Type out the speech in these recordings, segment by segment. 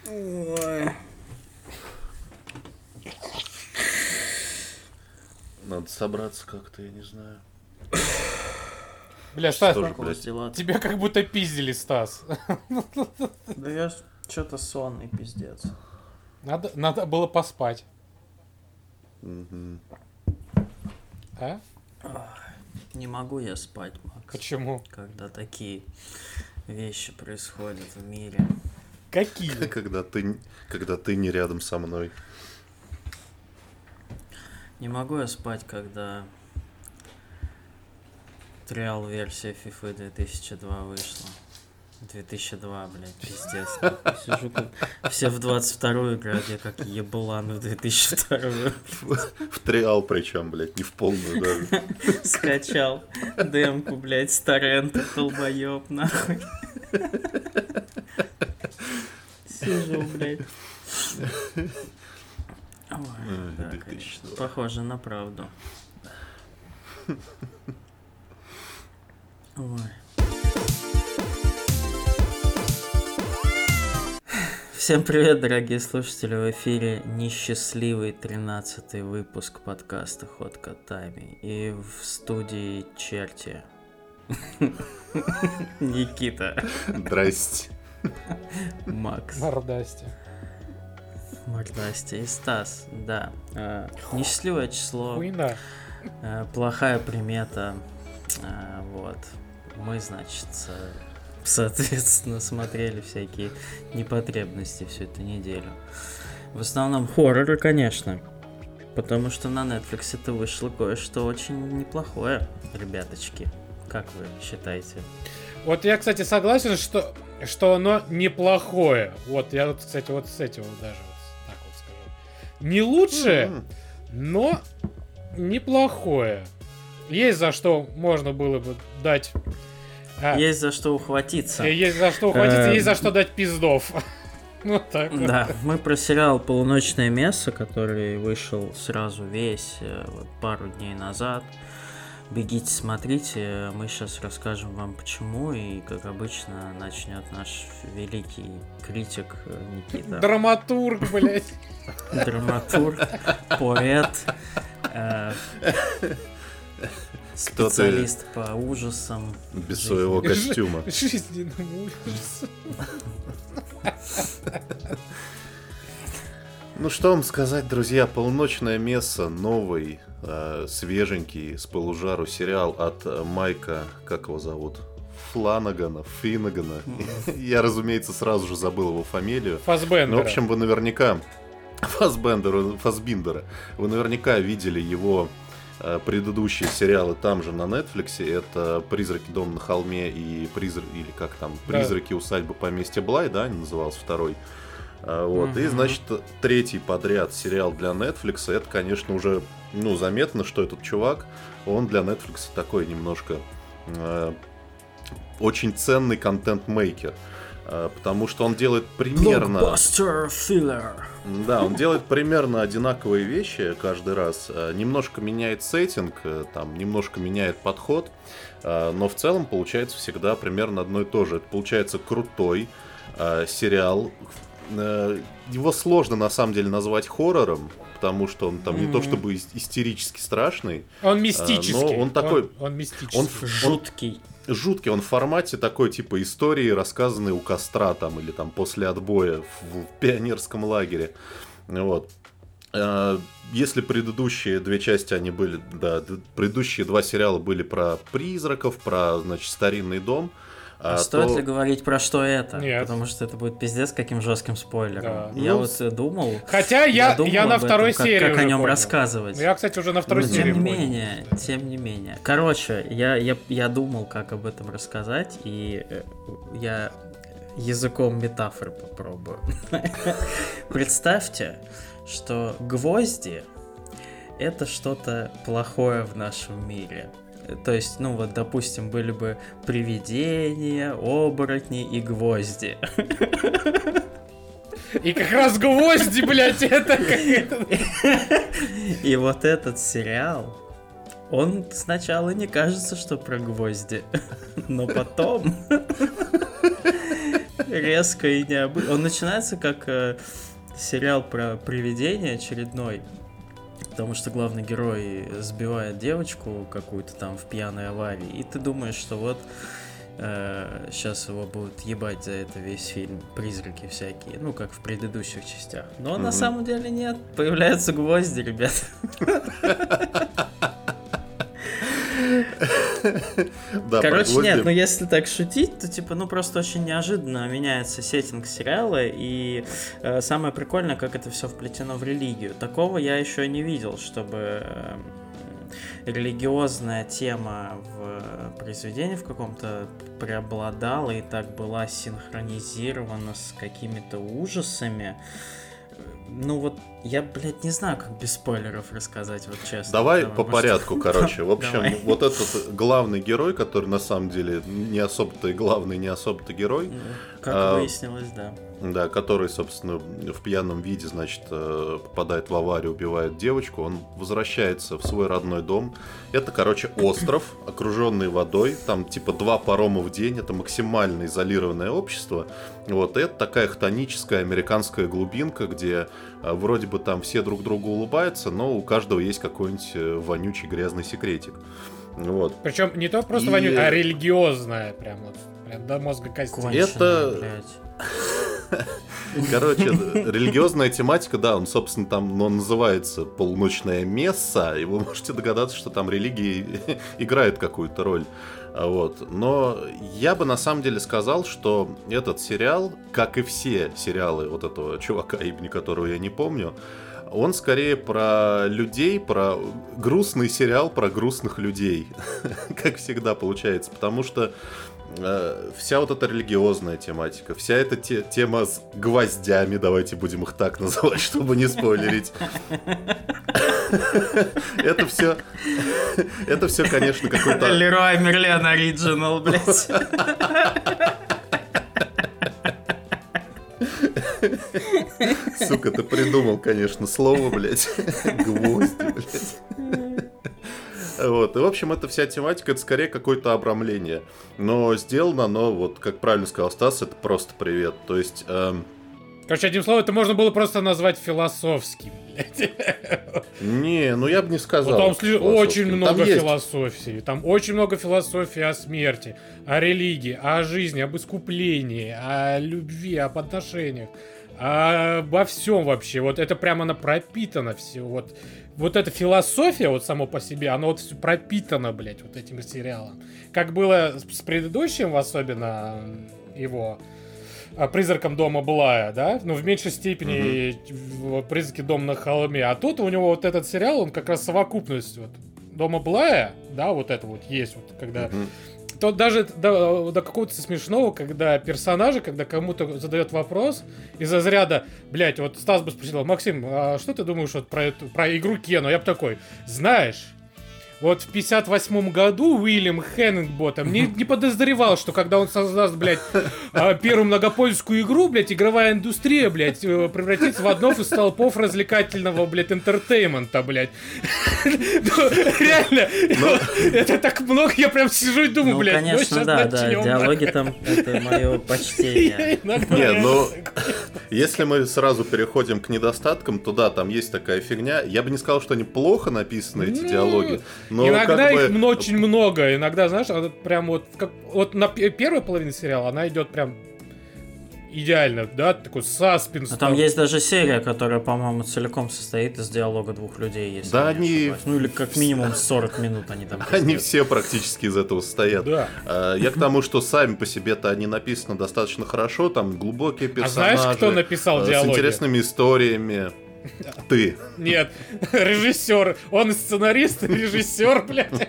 Ой. Надо собраться как-то, я не знаю. Бля, Стас, Тоже, блядь. тебя как будто пиздили, Стас. Да я что-то сонный, пиздец. Надо было поспать. Мгм. А? Не могу я спать, Макс. Почему? Когда такие вещи происходят в мире. Какие? Когда ты не рядом со мной. Не могу я спать, когда триал-версия FIFA 2002 вышла. 2002, блядь, пиздец. Сижу как... Все в 22-ю играют, я как еблан в 2002-ю. В триал причем, блядь, не в полную даже. Скачал демку, блядь, с торрента, долбоёб, нахуй. Сижу, блядь. Ой, да, конечно. Похоже на правду. Ой. Всем привет, дорогие слушатели, в эфире несчастливый 13-й выпуск подкаста «Ход котами». И в студии черти. Никита. Здрасте. Макс. Мордасти. Мордасти и Стас, да. Несчастливое число, Хуйна. плохая примета. Вот. Мы, значит, соответственно, смотрели всякие непотребности всю эту неделю. В основном хорроры, конечно. Потому что на Netflix вышло кое-что очень неплохое, ребяточки. Как вы считаете? Вот я, кстати, согласен, что оно неплохое. Вот я, вот, кстати, вот с этим вот даже вот так вот скажу. Не лучшее, но неплохое. Есть за что можно было бы дать... Есть за что ухватиться. Есть за что ухватиться, есть за что дать пиздов. Вот так вот. Да, мы про сериал «Полуночное мясо», который вышел сразу весь вот, пару дней назад. Бегите, смотрите, мы сейчас расскажем вам почему, и, как обычно, начнет наш великий критик Никита. Драматург, блядь. Драматург, поэт, специалист по ужасам. Без своего костюма. Жизненному ужасу. Ну что вам сказать, друзья, «Полуночное мясо», новый, свеженький, с пылу жару сериал от Майка, как его зовут? Финнегана. Я, разумеется, сразу же забыл его фамилию. Фассбендера. Ну, в общем, вы наверняка... Фассбендера. Вы наверняка видели его предыдущие сериалы там же на Netflix. Это «Призраки дома на холме» и «Призраки усадьбы поместья Блай», да, они назывался второй. Вот. И, значит, третий подряд сериал для Netflix. Это, конечно, уже, заметно, что этот чувак, он для Netflix такой немножко очень ценный контент-мейкер. Потому что он делает примерно... Blockbuster filler. Да, он делает примерно одинаковые вещи каждый раз. Немножко меняет сеттинг, там, немножко меняет подход. Но в целом получается всегда примерно одно и то же. Это получается крутой сериал. Его сложно на самом деле назвать хоррором, потому что он там не то чтобы истерически страшный. Он мистический. Но он такой... Он мистический. Жуткий. Жуткий, он в формате такой типа истории, рассказанной у костра там или там после отбоя в пионерском лагере. Вот. Если предыдущие две части они были, да, предыдущие два сериала были про призраков, про, значит, старинный дом. Стоит ли говорить про что это? Нет. Потому что это будет пиздец каким жестким спойлером. Да. Я вот думал. Хотя я на об второй этом, серии как уже о нем понял. рассказывать. Я, кстати, уже на второй Но серии тем не менее. Короче, я думал, как об этом рассказать, и я языком метафор попробую. Представьте, что гвозди — это что-то плохое в нашем мире. То есть, допустим, были бы привидения, оборотни и гвозди. И как раз гвозди, блядь, это... И вот этот сериал, он сначала не кажется, что про гвозди, но потом резко и необычно. Он начинается как сериал про привидение очередной, потому что главный герой сбивает девочку какую-то там в пьяной аварии, и ты думаешь, что вот сейчас его будут ебать за это весь фильм, призраки всякие, ну, как в предыдущих частях. Но на самом деле нет, появляются гвозди, ребят. Короче, нет, ну если так шутить, то типа, ну просто очень неожиданно меняется сеттинг сериала, и самое прикольное, как это все вплетено в религию. Такого я еще не видел, чтобы религиозная тема в произведении в каком-то преобладала и так была синхронизирована с какими-то ужасами. Ну вот, я, блядь, не знаю, как без спойлеров рассказать, вот честно. Давай по порядку, короче. В общем, вот этот главный герой, который на самом деле не особо-то и главный, не особо-то герой. Как выяснилось, да. Да, который, собственно, в пьяном виде, значит, попадает в аварию, убивает девочку. Он возвращается в свой родной дом. Это, короче, остров, окруженный водой. Там, типа, 2 парома в день. Это максимально изолированное общество. Вот, это такая хтоническая американская глубинка, где вроде бы там все друг другу улыбаются, но у каждого есть какой-нибудь вонючий грязный секретик. Вот. Причем не то просто вонючий, а религиозная. Прям вот, прям до мозга костей. Это... Короче, религиозная тематика, да, он, собственно, там называется «Полуночная месса», и вы можете догадаться, что там религия играет какую-то роль. Вот. Но я бы на самом деле сказал, что этот сериал, как и все сериалы вот этого чувака, имени которого я не помню, он скорее про людей, про грустный сериал про грустных людей, как всегда получается, потому что вся вот эта религиозная тематика, вся эта тема с гвоздями, давайте будем их так называть, чтобы не спойлерить. Это все, конечно, какой-то... Леруа Мерлен оригинал, блядь. Сука, ты придумал, конечно, слово, блядь. Гвозди, блядь. Вот. И, в общем, эта вся тематика, это скорее какое-то обрамление. Но сделано оно, вот, как правильно сказал Стас, это просто привет. То есть... Короче, одним словом, это можно было просто назвать философским, блядь. Не, ну я бы не сказал. Ну, там очень много философии. Там очень много философии о смерти, о религии, о жизни, об искуплении, о любви, об отношениях. Обо всем вообще. Вот это прямо она пропитана все. Вот эта философия вот само по себе, она вот все пропитана, блядь, вот этим сериалом. Как было с предыдущим, особенно его «Призраком дома Блая», да? Но в меньшей степени «Призраки дома на холме». А тут у него вот этот сериал, он как раз совокупность вот «Дома Блая», да, вот это вот есть, вот когда... То даже до какого-то смешного, когда персонажи, когда кому-то задает вопрос из разряда, блять, вот Стас бы спросил: Максим, а что ты думаешь вот про игру Кену? Я бы такой: знаешь, вот в 58-м году Уильям Хеннингботом не подозревал, что когда он создаст, блядь, первую многопольскую игру, блядь, игровая индустрия, блядь, превратится в одно из столпов развлекательного, блядь, интертеймента, блядь. Реально, это так много, я прям сижу и думаю, блядь, конечно, да, диалоги там, это мое почтение. Не, ну, если мы сразу переходим к недостаткам, то да, там есть такая фигня. Я бы не сказал, что они плохо написаны, эти диалоги. Но иногда их очень много, иногда, знаешь, прям вот на первой половине сериала она идет прям идеально, да, такой саспенс. А там есть даже серия, которая, по-моему, целиком состоит из диалога 2 людей, если да, я не ошибаюсь. Ну или как минимум 40 минут они там. Они все практически из этого состоят. Да. Я к тому, что сами по себе-то они написаны достаточно хорошо, там глубокие персонажи. А знаешь, кто написал диалоги? С интересными историями. Ты. Нет, режиссер. Он сценарист и режиссер, блядь.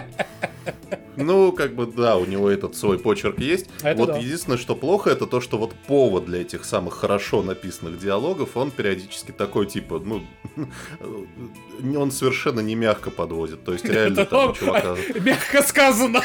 Ну, как бы, да, у него этот свой почерк есть. Вот да. Единственное, что плохо, это то, что вот повод для этих самых хорошо написанных диалогов, он периодически такой, типа, ну, он совершенно не мягко подводит. То есть, реально там чувака... Мягко сказано.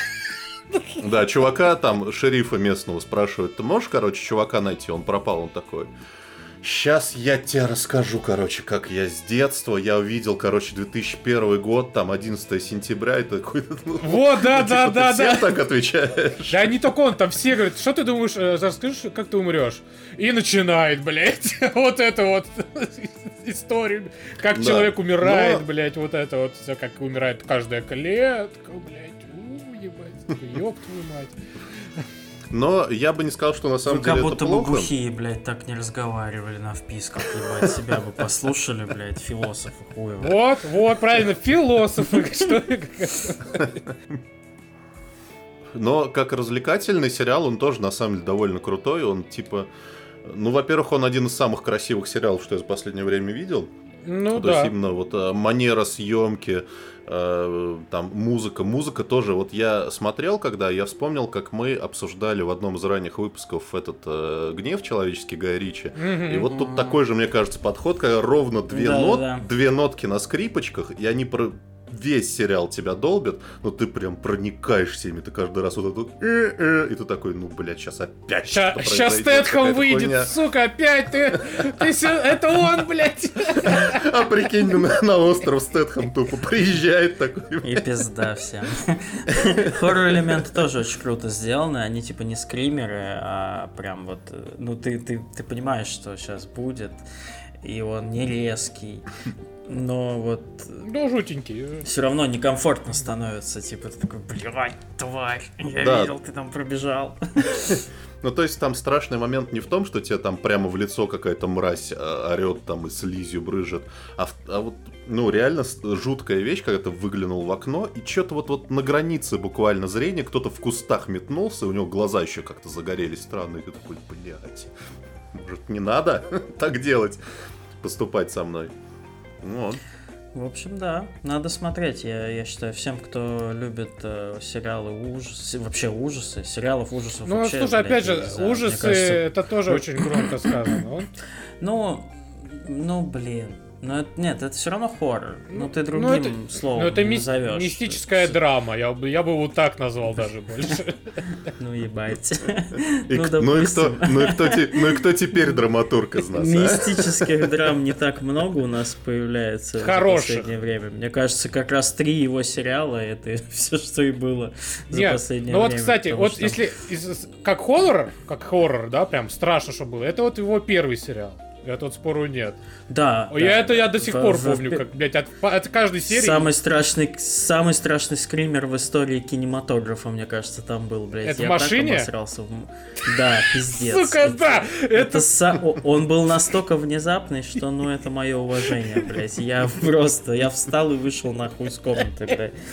Да, чувака там, шерифа местного спрашивают: ты можешь, короче, чувака найти? Он пропал, он такой: Сейчас я тебе расскажу, короче, как я с детства, я увидел, короче, 2001 год, там, 11 сентября, и такой... Вот, да. Ты всем так отвечаешь? Да не только он, там все говорят, что ты думаешь, расскажешь, как ты умрешь? И начинает, блядь, вот это вот историю, как человек умирает, блядь, вот это вот, все, как умирает каждая клетка, блядь, ебать, ёб твою мать. Но я бы не сказал, что на самом деле это плохо. Как будто бы глухие, блядь, так не разговаривали на вписках, ебать, себя бы послушали, блядь, философы хуево. Вот, правильно, философы, что Но как развлекательный сериал, он тоже, на самом деле, довольно крутой, он, типа... Ну, во-первых, он один из самых красивых сериалов, что я за последнее время видел. Ну, то есть именно вот манера съемки, там музыка тоже. Вот я смотрел, когда я вспомнил, как мы обсуждали в одном из ранних выпусков этот «Гнев человеческий» Гая Ричи. И вот тут такой же, мне кажется, подход, когда ровно две нотки на скрипочках, и они весь сериал тебя долбят, но ты прям проникаешься ими, ты каждый раз вот этот и ты такой, ну, блядь, сейчас опять что-то произойдет. Сейчас Стэтхэм выйдет, сука, опять ты это он, блядь. А прикинь, на остров Стэтхэм тупо приезжает такой. И пизда всем. Хоррор-элементы тоже очень круто сделаны, они типа не скримеры, а прям вот, ну, ты понимаешь, что сейчас будет, и он не резкий. Но вот... Ну, жутенький. Все равно некомфортно становится. Типа, ты такой, блядь, тварь, я видел, ты там пробежал. Ну, то есть там страшный момент не в том, что тебе там прямо в лицо какая-то мразь орет там и слизью брызжет, а вот, ну, реально жуткая вещь, когда ты выглянул в окно, и что-то вот на границе буквально зрения кто-то в кустах метнулся, у него глаза еще как-то загорелись странно, и ты такой, блядь, может, не надо так делать, поступать со мной? Вот. В общем, да, надо смотреть. Я считаю, всем, кто любит сериалы ужасы, вообще ужасы, сериалов ужасов. Ну, вообще, слушай, блядь, опять же, знаю, ужасы, кажется... это тоже очень громко сказано. Ну, блин. Но нет, это все равно хоррор. Ну, ты другим словом это назовешь. мистическая драма. Я бы его так назвал даже больше. Ну, ебать. Ну и кто теперь драматург из нас? Мистических драм не так много у нас появляется в последнее время. Мне кажется, как раз 3 его сериала — это все, что и было за последнее время. Ну вот, кстати, вот если как хоррор, да, прям страшно, что было, это вот его первый сериал. Это вот спору нет. Да. Я до сих пор помню, как, блядь, от каждой серии... Самый страшный скример в истории кинематографа, мне кажется, там был, блядь. Это в машине? Я так обосрался. Да, пиздец. Сука, да! Он был настолько внезапный, что, ну, это мое уважение, блядь. Я встал и вышел нахуй из комнаты,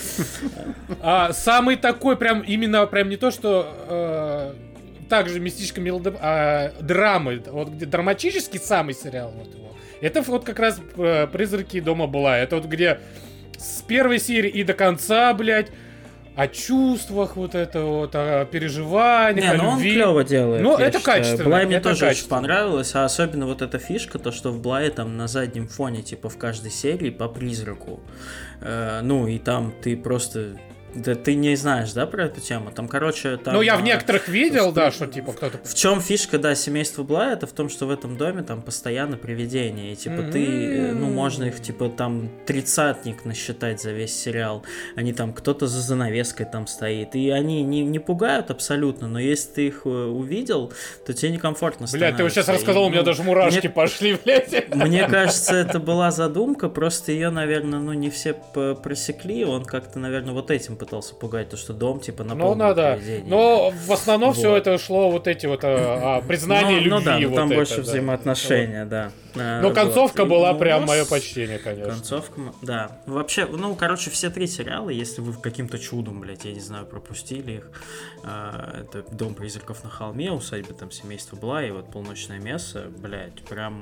блядь. Самый такой прям не то, что... также мистическая драмы, вот где драматический самый сериал вот его. Это вот как раз «Призраки дома Блая». Это вот где с первой серии и до конца, блядь, о чувствах вот это вот, о переживаниях, о любви. Он клево делает. Ну, это качественно. Блай мне тоже очень понравилось, а особенно вот эта фишка, то, что в Блае там на заднем фоне, типа, в каждой серии по призраку. Ну, и там ты просто... Да ты не знаешь, да, про эту тему? Там, короче, там... Ну, я в некоторых видел, да, что, типа, кто-то... В чем фишка, да, семейства Блая, это в том, что в этом доме там постоянно привидения, и, типа, ты, ну, можно их, типа, там, 30-ник насчитать за весь сериал. Они там, кто-то за занавеской там стоит, и они не пугают абсолютно, но если ты их увидел, то тебе некомфортно становится. Блядь, ты вот сейчас рассказал, у меня даже мурашки пошли, блядь. Мне кажется, это была задумка, просто ее, наверное, ну, не все просекли, он как-то, наверное, вот этим пытался пугать, то, что дом, типа, наполнен привидениями. Но в основном все это шло вот эти вот признания любви. Ну да, вот там это, больше взаимоотношения, да. Но концовка была прям мое почтение, конечно. Концовка, да. Вообще, ну, короче, все 3 сериала, если вы каким-то чудом, блядь, я не знаю, пропустили их, это «Дом призраков на холме», «Усадьба там семейства Блая» и вот «Полночное мясо», блядь, прям...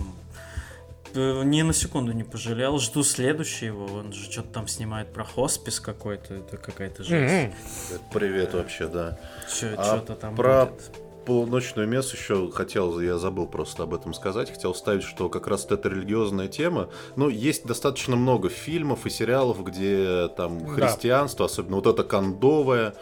Ни на секунду не пожалел. Жду следующего. Он же что-то там снимает про хоспис какой-то. Это какая-то жесть. Привет вообще, да. Что-то там про будет. «Полуночную мессу» еще хотел, я забыл просто об этом сказать, хотел вставить, что как раз эта религиозная тема, ну, есть достаточно много фильмов и сериалов, где там христианство, особенно вот это кондовое,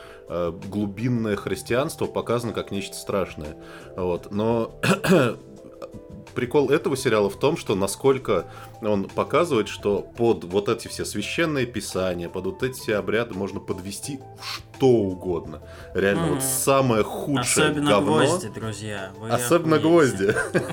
глубинное христианство показано как нечто страшное. Вот. Но прикол этого сериала в том, что насколько он показывает, что под вот эти все священные писания, под вот эти все обряды можно подвести что угодно. Реально, вот самое худшее особенно говно. Гвозди, друзья. Вы Особенно охуеете. гвозди.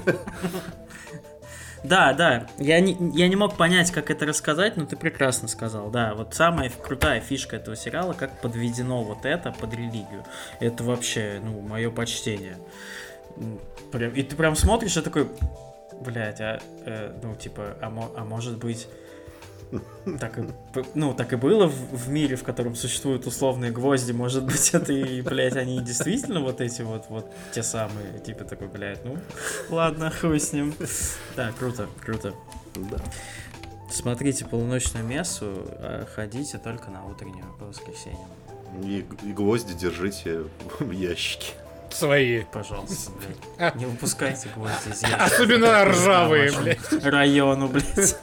Да, я не мог понять, как это рассказать, но ты прекрасно сказал. Да, вот самая крутая фишка этого сериала, как подведено вот это под религию. Это вообще, мое почтение. И ты прям смотришь и такой, блядь, а может быть... Так и было в мире, в котором существуют условные гвозди, может быть, это и, блядь, они действительно вот эти вот те самые, типа такой, блядь, ладно, хуй с ним. Да, круто. Да. Смотрите полуночную мессу, а ходите только на утреннюю по воскресеньям. И гвозди держите в ящике. Свои. Пожалуйста, блядь. Не выпускайте гвозди из ящика. Особенно ржавые, блядь. Району, блядь.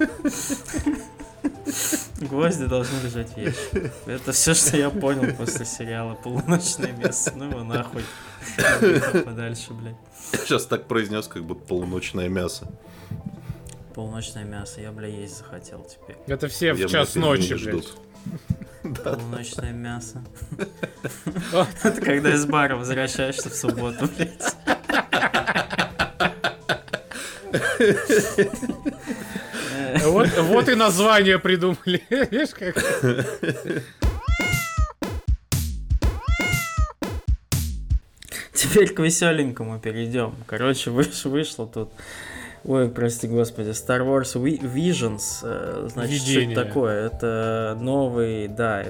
Гвозди должны лежать в ящике. Это все, что я понял после сериала «Полуночное место». Ну его нахуй. Подальше, блядь. Сейчас так произнес, как будто полуночное мясо. Полуночное мясо. Я, бля, есть захотел теперь. Это все в час ночи, блядь. Полуночное мясо. Это когда из бара возвращаешься в субботу, блядь. Вот и название придумали. Видишь, как? Теперь к веселенькому перейдем. Короче, вышло тут. Ой, прости господи, Star Wars Visions, значит, что это такое? Это новый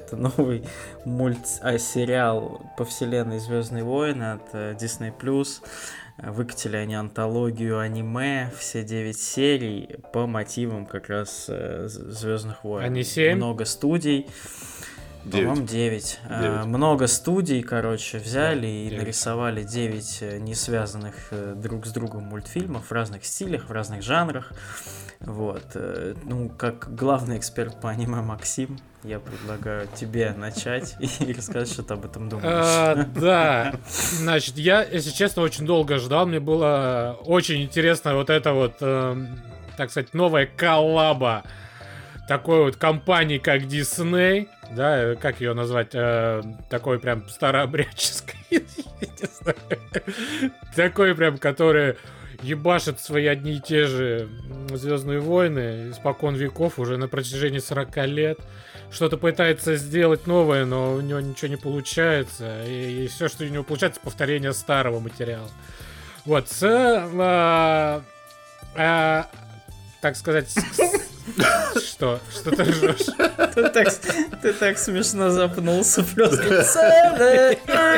сериал по вселенной Звездные войны от Disney+. Выкатили они антологию аниме, все 9 серий по мотивам как раз Звездных войн. А не 7? Много студий. По-моему, 9. Много студий, взяли и нарисовали 9 не связанных друг с другом мультфильмов в разных стилях, в разных жанрах. Вот. Как главный эксперт по аниме Максим, я предлагаю тебе начать и рассказать, что ты об этом думаешь. Да. Значит, я, если честно, очень долго ждал. Мне было очень интересно вот это вот, так сказать, новая коллаба такой вот компании, как Disney. Да, как ее назвать? Такой прям старообрядческой. Такой прям, который ебашит свои одни и те же Звездные войны испокон веков уже на протяжении 40 лет. Что-то пытается сделать новое, но у него ничего не получается. И все, что у него получается, повторение старого материала. Вот, так сказать... Что? Что ты ржешь? Ты так смешно запнулся просто.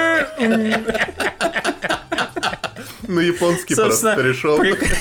На японский просто перешел.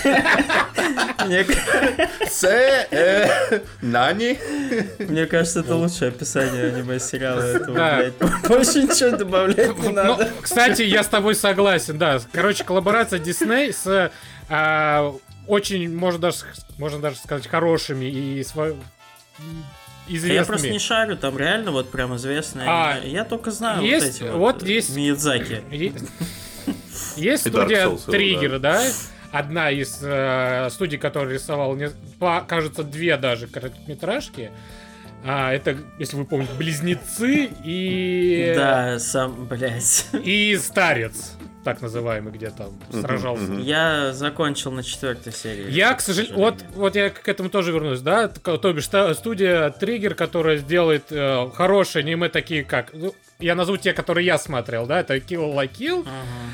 Нани? Мне кажется, это лучшее описание аниме-сериала этого, блядь. Больше ничего добавлять не надо. Кстати, я с тобой согласен, да. Короче, коллаборация Disney с очень, можно даже сказать, хорошими и известными. Я просто не шарю, там реально вот прям известные аниме. Я только знаю есть, вот эти есть Миядзаки. Есть студия Trigger, да? Одна из студий, которая рисовала, кажется, 2 даже короткометражки. Это, если вы помните, Близнецы и... Да, блядь. И Старец, так называемый, где там сражался. Я закончил на 4-й серии. Я, к сожалению, вот я к этому тоже вернусь, да? То бишь, студия Trigger, которая сделает хорошие аниме, такие как... Я назову те, которые я смотрел, да? Это Kill la Kill.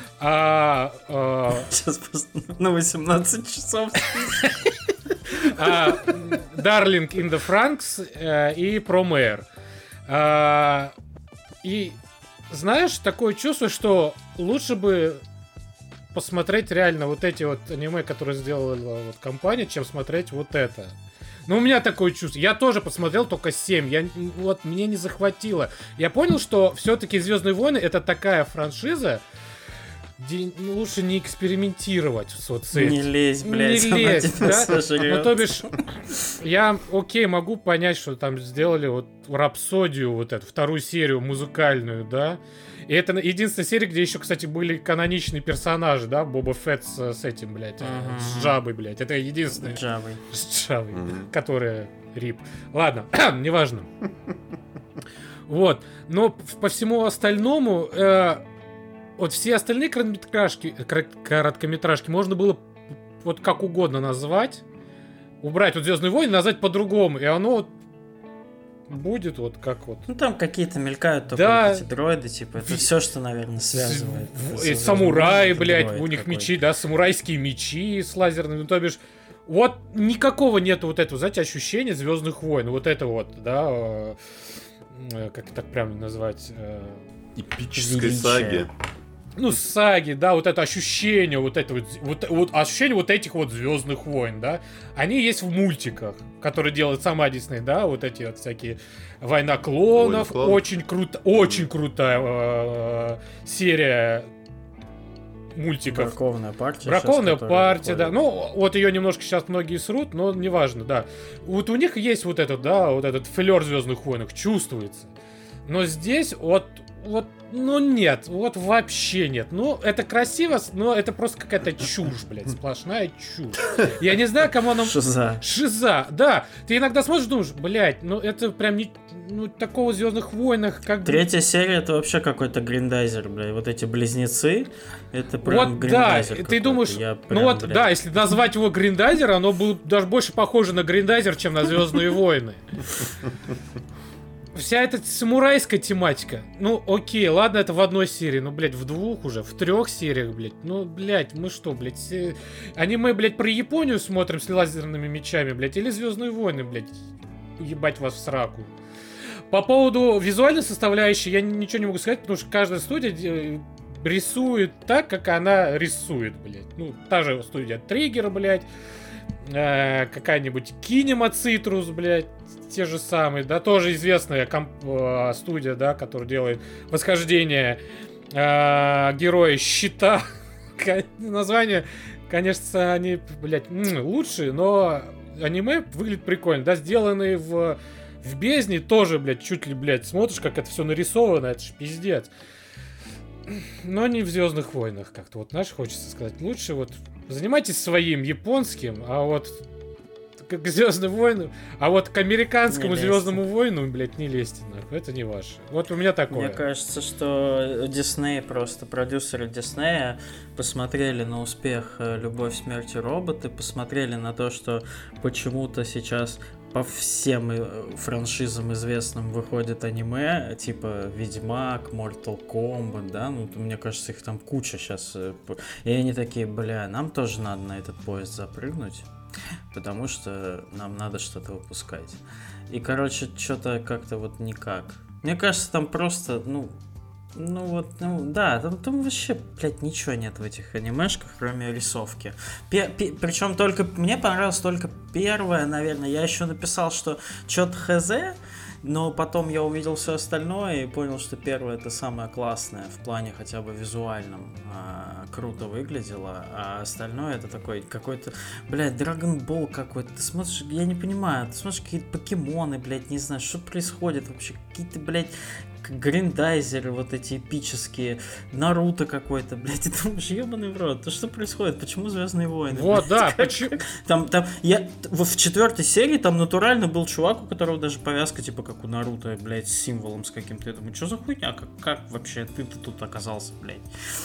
Сейчас просто на 18 часов. Darling in the Franxx и Promare. И знаешь, такое чувство, что лучше бы посмотреть реально вот эти вот аниме, которые сделала вот компания, чем смотреть вот это. Но у меня такое чувство. Я тоже посмотрел только 7. Мне не захватило. Я понял, что все-таки Звездные войны это такая франшиза, где лучше не экспериментировать с этим. Не лезь, блядь. Не лезь, да? Ну, то бишь, я, могу понять, что там сделали вот Рапсодию, вот эту, 2-ю серию музыкальную, да? И это единственная серия, где еще, кстати, были каноничные персонажи, да, Боба Фетт с этим, блядь, с Джабой, блядь. Это единственная. С Джабой, которая рип. Ладно, неважно. Вот. Но по всему остальному, вот все остальные короткометражки можно было вот как угодно назвать. Убрать вот «Звездные войны», назвать по-другому. И оно вот будет вот как вот. Ну там какие-то мелькают только эти дроиды, типа, это все, что, наверное, связывает. И самураи, блядь, у них мечи, да, самурайские мечи с лазерными, то бишь. Вот никакого нету вот этого, знаете, ощущения «Звездных войн». Вот это вот, да, как так прям назвать? Эпической саги. Ну, саги, да, вот это ощущение, вот ощущение вот этих вот «Звездных войн», да, они есть в мультиках, которые делает сама Дисней, да, вот эти вот всякие «Война клонов», очень крутая серия мультиков. Бракованная партия. Бракованная партия, да. Ну, вот ее немножко сейчас многие срут, но неважно, да. Вот у них есть вот этот, да, вот этот флер «Звездных войнах», чувствуется. Но здесь ну нет, вот вообще нет. Ну, это красиво, но это просто какая-то чушь, блядь, сплошная чушь. Я не знаю, кому она... Шиза, да. Ты иногда смотришь, думаешь, блядь, ну это прям не... Ну, такого в «Звездных войнах» как бы... Третья серия — это вообще какой-то гриндайзер, блядь. Вот эти близнецы, это прям вот, гриндайзер. Да, ты думаешь, ну вот, блядь, да, если назвать его гриндайзер, оно будет даже больше похоже на гриндайзер, чем на «Звездные войны». Вся эта самурайская тематика. Ну, окей, ладно, это в одной серии. Ну, блядь, в двух уже, в 3 сериях, блядь. Ну, блядь, мы что, блядь, аниме, блядь, про Японию смотрим с лазерными мечами, блядь, или «Звездные войны», блядь. Ебать вас в сраку. По поводу визуальной составляющей я ничего не могу сказать, потому что каждая студия рисует так, как она рисует, блядь. Ну, та же студия Триггер, блядь. Какая-нибудь Кинема Цитрус, блядь. Те же самые, да, тоже известная студия, да, которая делает «Восхождение героя Щита». Название, конечно, они, блядь, лучшие, но аниме выглядит прикольно, да, сделанные в «Бездне» тоже, блядь, чуть ли, блядь, смотришь, как это все нарисовано, это ж пиздец. Но не в «Звездных войнах», как-то вот, знаешь, хочется сказать. Лучше вот занимайтесь своим японским, а вот к «Звездным войнам», а вот к американскому «Звездному войну», блядь, не лезьте, нахуй, это не ваше. Вот у меня такое. Мне кажется, что Дисней, просто продюсеры Диснея посмотрели на успех «Любовь, смерть и роботы», посмотрели на то, что почему-то сейчас по всем франшизам известным выходит аниме, типа «Ведьмак», «Mortal Kombat», да, ну, мне кажется, их там куча сейчас. И они такие, бля, нам тоже надо на этот поезд запрыгнуть, потому что нам надо что-то выпускать. И, короче, что-то как-то вот никак. Мне кажется, там просто, да, там вообще, блядь, ничего нет в этих анимешках, кроме рисовки. Причем только, мне понравилось только первое, наверное. Я еще написал, что что-то хз, но потом я увидел все остальное и понял, что первое это самое классное в плане хотя бы визуальном. Круто выглядело, а остальное это такой какой-то, блядь, Dragon Ball какой-то. Ты смотришь, я не понимаю, ты смотришь какие-то покемоны, блядь, не знаю, что происходит вообще, какие-то, блядь, гриндайзеры вот эти эпические, Наруто какой-то, блядь, и думаешь, ебаный в рот, то что происходит, почему «Звездные войны»? Вот, да, почему? Там, я в 4-й серии там натурально был чувак, у которого даже повязка типа как у Наруто, блядь, с символом с каким-то, я думаю, что за хуйня, как вообще ты-то тут оказался, блядь?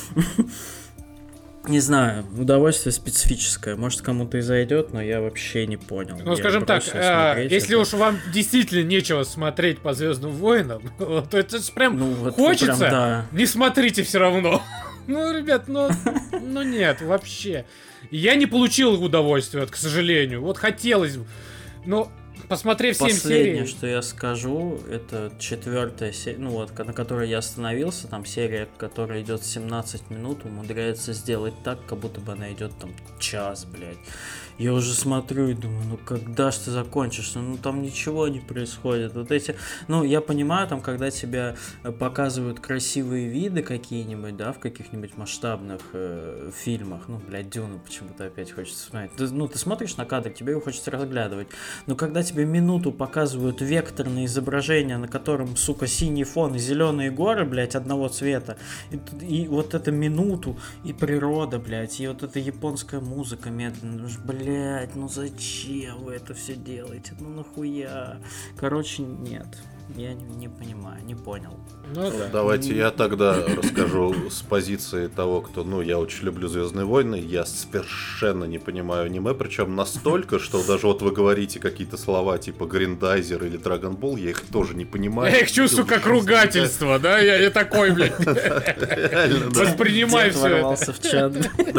Не знаю, удовольствие специфическое. Может, кому-то и зайдет, но я вообще не понял. Ну, скажем так, если уж вам действительно нечего смотреть по «Звездным войнам», то это же прям хочется, прям, да. Не смотрите все равно. Ну, ребят, ну нет, вообще. Я не получил удовольствия, к сожалению. Вот хотелось бы. Но посмотрев 7 серий... Последнее, что я скажу, это 4-я серия, ну вот, на которой я остановился, там серия, которая идет 17 минут, умудряется сделать так, как будто бы она идет там час, блядь. Я уже смотрю и думаю, ну когда ж ты закончишься? Ну там ничего не происходит. Вот эти, ну я понимаю, там, когда тебя показывают красивые виды какие-нибудь, да, в каких-нибудь масштабных фильмах, ну, блядь, Дюну почему-то опять хочется смотреть. Ты смотришь на кадр, тебе его хочется разглядывать. Но когда тебе минуту показывают векторное изображение, на котором, сука, синий фон и зеленые горы, блядь, одного цвета, и вот эту минуту, и природа, блядь, и вот эта японская музыка медленная, блядь, ну зачем вы это все делаете? Ну нахуя? Короче, нет. Я не понимаю, не понял. Ну, да. Давайте я тогда расскажу с позиции того, кто, я очень люблю «Звездные войны», я совершенно не понимаю аниме, причем настолько, что даже вот вы говорите какие-то слова типа «Гриндайзер» или «Драгонбол», я их тоже не понимаю. Я их чувствую как ругательство, да? Я такой, блядь. Воспринимай все это. В чат.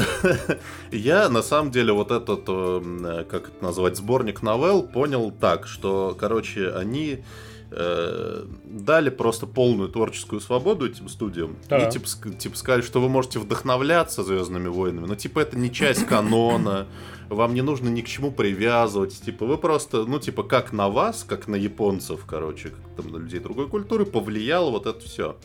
Я, на самом деле, вот этот, как это назвать, сборник новелл понял так, что, короче, они дали просто полную творческую свободу этим студиям. Да. И типа сказали, что вы можете вдохновляться «Звездными войнами», но типа это не часть канона, вам не нужно ни к чему привязывать. Типа вы просто, как на вас, как на японцев, короче, как там на людей другой культуры, повлияло вот это все.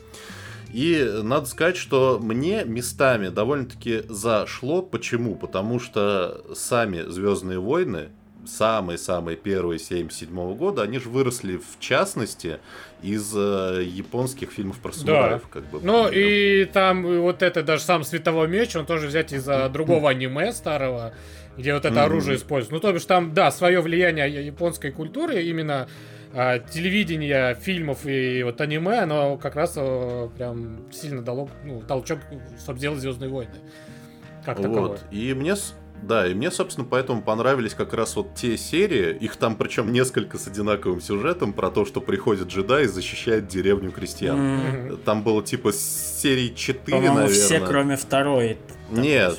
И надо сказать, что мне местами довольно-таки зашло. Почему? Потому что сами «Звездные войны», самые-самые первые 77-го года, они же выросли, в частности, из японских фильмов про самураев. Да. Ну и там вот это даже сам «Световой меч», он тоже взять из другого аниме старого, где вот это оружие используется. Ну то бишь там, да, свое влияние японской культуры, именно телевидения, фильмов и вот аниме, оно как раз прям сильно дало толчок, чтобы сделать «Звездные войны» как таковое. И мне, собственно, поэтому понравились как раз вот те серии, их там причем несколько с одинаковым сюжетом, про то, что приходит джедай и защищает деревню крестьян. Там было типа серии 4, по-моему, наверное. все, кроме второй. Нет,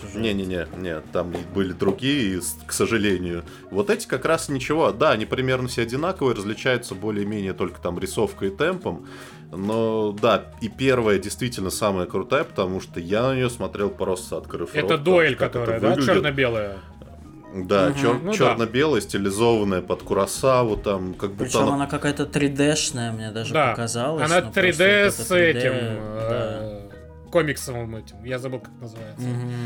там были другие, к сожалению. Вот эти как раз ничего. Да, они примерно все одинаковые, различаются более-менее только там рисовкой и темпом. Но да, и первая действительно самая крутая, потому что я на нее смотрел просто открыв рот. Это дуэль, которая, да, черно-белая. Да, черно-белая, стилизованная под Куросаву, там как будто. Причем она какая-то 3D-шная, мне даже показалась. Она 3D с этим комиксовым этим. Я забыл, как называется.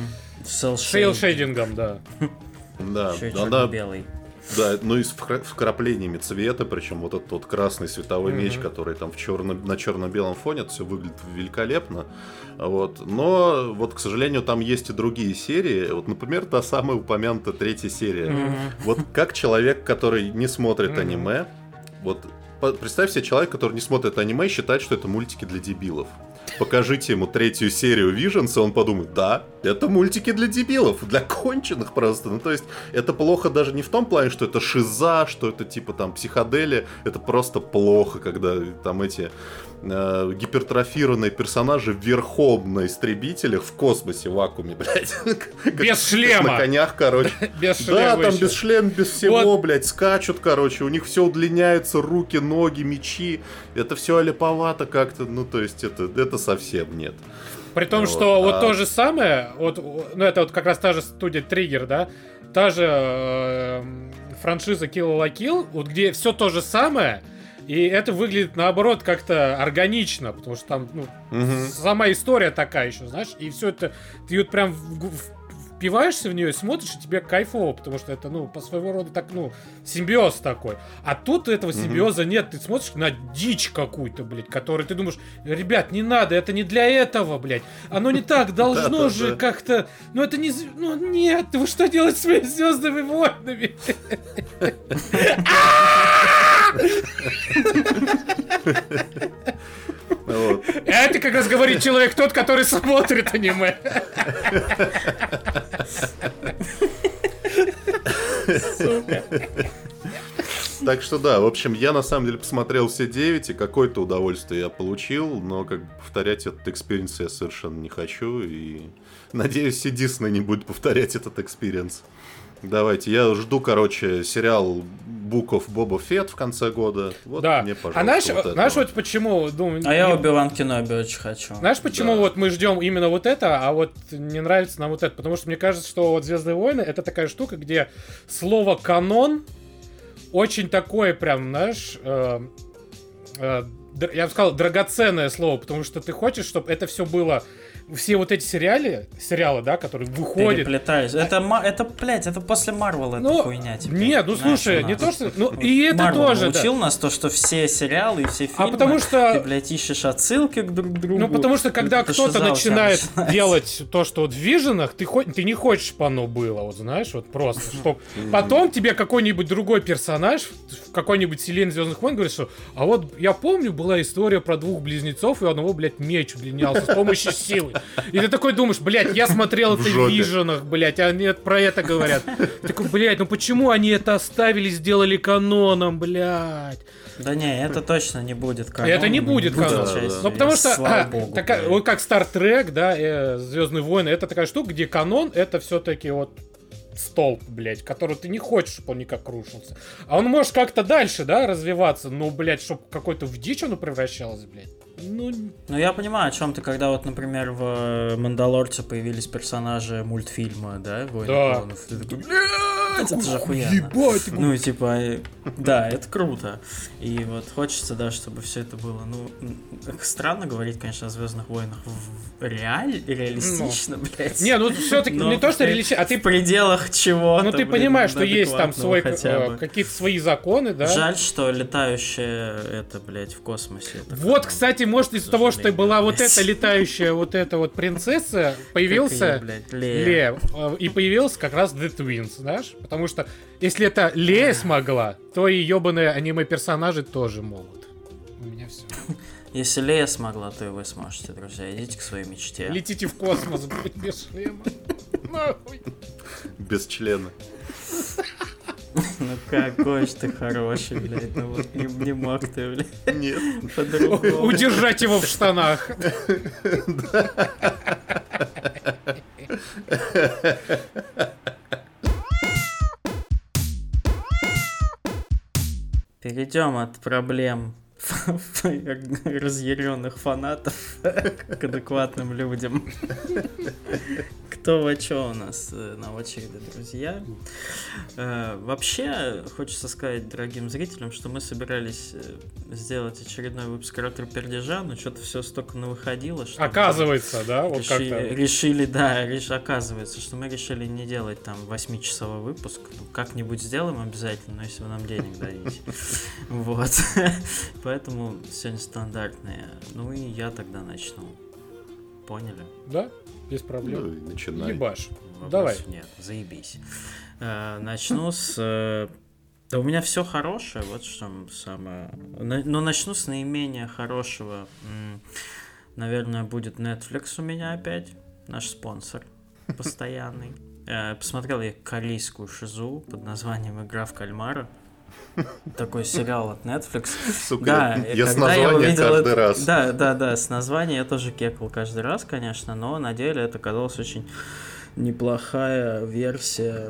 Сейл-шейдингом, да. Да, еще черно-белый. Да, и с вкраплениями цвета, причем вот этот вот красный световой меч, который там на черно-белом фоне, это все выглядит великолепно. Вот. Но вот, к сожалению, там есть и другие серии. Вот, например, та самая упомянутая 3-я серия. Вот как человек, который не смотрит аниме, вот представь себе человека, который не смотрит аниме и считает, что это мультики для дебилов. Покажите ему 3-ю серию Виженса, он подумает, да, это мультики для дебилов, для конченых просто. Ну, то есть, это плохо даже не в том плане, что это шиза, что это типа там психоделия, это просто плохо, когда там эти гипертрофированные персонажи верхом на истребителях в космосе, в вакууме, блядь. Без шлема! На конях, короче. Без шлема. Да, там без шлема, без всего, блядь, скачут, короче, у них все удлиняется, руки, ноги, мечи. Это все аляповато как-то, то есть, это совсем нет. При том, что вот то же самое, это вот как раз та же студия Trigger, да, та же франшиза Kill la Kill, вот где все то же самое, и это выглядит, наоборот, как-то органично, потому что там, сама история такая еще, знаешь, и все это, ты вот прям впиваешься в нее и смотришь, и тебе кайфово, потому что это, по своего рода так, симбиоз такой. А тут этого симбиоза нет, ты смотришь на дичь какую-то, блядь, которую ты думаешь, ребят, не надо, это не для этого, блядь, оно не так должно же как-то, это не, нет, вы что делаете с моими «Звездными войнами»? Это как раз говорит человек тот, который смотрит аниме. Сука. Так что да, в общем, я на самом деле посмотрел все 9, и какое-то удовольствие я получил, но повторять этот экспириенс я совершенно не хочу, и надеюсь, и Disney не будет повторять этот экспириенс. Давайте, я жду, сериал Book of Boba Fett в конце года. Вот Да. мне, пожалуйста, А знаешь, вот знаешь этого. вот почему... Ну, А я Оби-Ван Кеноби очень хочу. Знаешь, почему Да. вот мы ждем именно вот это, а вот не нравится нам вот это? Потому что мне кажется, что вот «Звездные войны» — это такая штука, где слово «канон» очень такое прям, знаешь... я бы сказал, драгоценное слово, потому что ты хочешь, чтобы это все было... Все вот эти сериалы, да, которые выходят... Переплетаюсь. Это, блядь, это после Марвела эта хуйня теперь. Нет, ну Знаешь, слушай, у не нас. то, что... Ну, и это Марвел тоже, да. научил нас то, что все сериалы и все фильмы, потому что- ты, блядь, ищешь отсылки к друг другу. Ну, потому что, когда Это кто-то шиза у тебя начинает начинается. делать то, что вот в Виженах, ты не хочешь, чтобы оно было, вот знаешь, вот просто, чтоб потом тебе какой-нибудь другой персонаж в какой-нибудь вселенной «Звездных войн» говорит, что, а вот я помню, была история про двух близнецов, и у одного, блядь, меч удлинялся с помощью силы. И ты такой думаешь, блядь, я смотрел это в жопе. Виженах, блядь, а они про это говорят. Ты такой, блядь, ну почему они это оставили, сделали каноном, блядь? Да не, это точно не будет каноном. Это не будет каноном. частью. Ну, потому что, Слава богу, блядь. вот как Star Trek, да, Звездные войны, это такая штука, где канон это все-таки вот столб, блядь, который ты не хочешь, чтобы он никак рушился. А он может как-то дальше, да, развиваться, но, блядь, чтобы какой-то в дичь оно превращалось, блядь. Ну, Ну, я понимаю, о чем ты, когда вот, например, в «Мандалорце» появились персонажи мультфильма, да, «Войны Да. клонов». Ты такой, блядь, это же охуенно. ебать, ты Ну, и типа, да, это круто. И вот хочется, да, чтобы все это было, ну, странно говорить, конечно, о «Звездных войнах» реалистично, блядь. Не, ну все-таки Но не то, что в реалистично, а ты, в пределах чего-то, ну, ты блин, понимаешь, что есть там адекватного свой, хотя бы. какие-то свои законы, да. Жаль, что летающая это, блядь, в космосе. это Вот, канон. кстати, может, из-за того, что сожалению, была вот блядь. эта летающая вот эта вот принцесса, Как появился... её, блядь, Лея. И появился как раз The Twins, знаешь? Потому что если это Лея смогла, то и ебаные аниме-персонажи тоже могут. У меня все. Если Лея смогла, то и вы сможете, друзья. Идите к своей мечте. Летите в космос, блядь, без шлема. Нахуй. Без члена. Ну какой ж ты хороший, блядь. Ну вот не мог ты, блядь, Нет. по-другому. Удержать его в штанах. Перейдем от проблем разъяренных фанатов к адекватным людям. Кто во чё у нас на очереди, друзья? Вообще, хочется сказать дорогим зрителям, что мы собирались сделать очередной выпуск «Ретро-пердежа», но что-то все столько навыходило, что... Оказывается, да, вот как-то. Решили, да, оказывается, что мы решили не делать там 8-часовой выпуск. Ну, как-нибудь сделаем обязательно, если вы нам денег дадите. Вот. Поэтому сегодня стандартные. Ну и я тогда начну. Поняли? Да, без Ну проблем. и начинай. Ебашь. Вопросов Давай. нет, заебись. Начну с... Да у меня все хорошее, вот что самое... Но начну с наименее хорошего. Наверное, будет Netflix у меня опять. Наш спонсор постоянный. Посмотрел я корейскую шизу под названием «Игра в кальмара». Такой сериал от Netflix. Сука, Да, я с когда я названия увидел каждый это- раз. Да, с названия я тоже кекал каждый раз, конечно, но на деле это казалось очень неплохая версия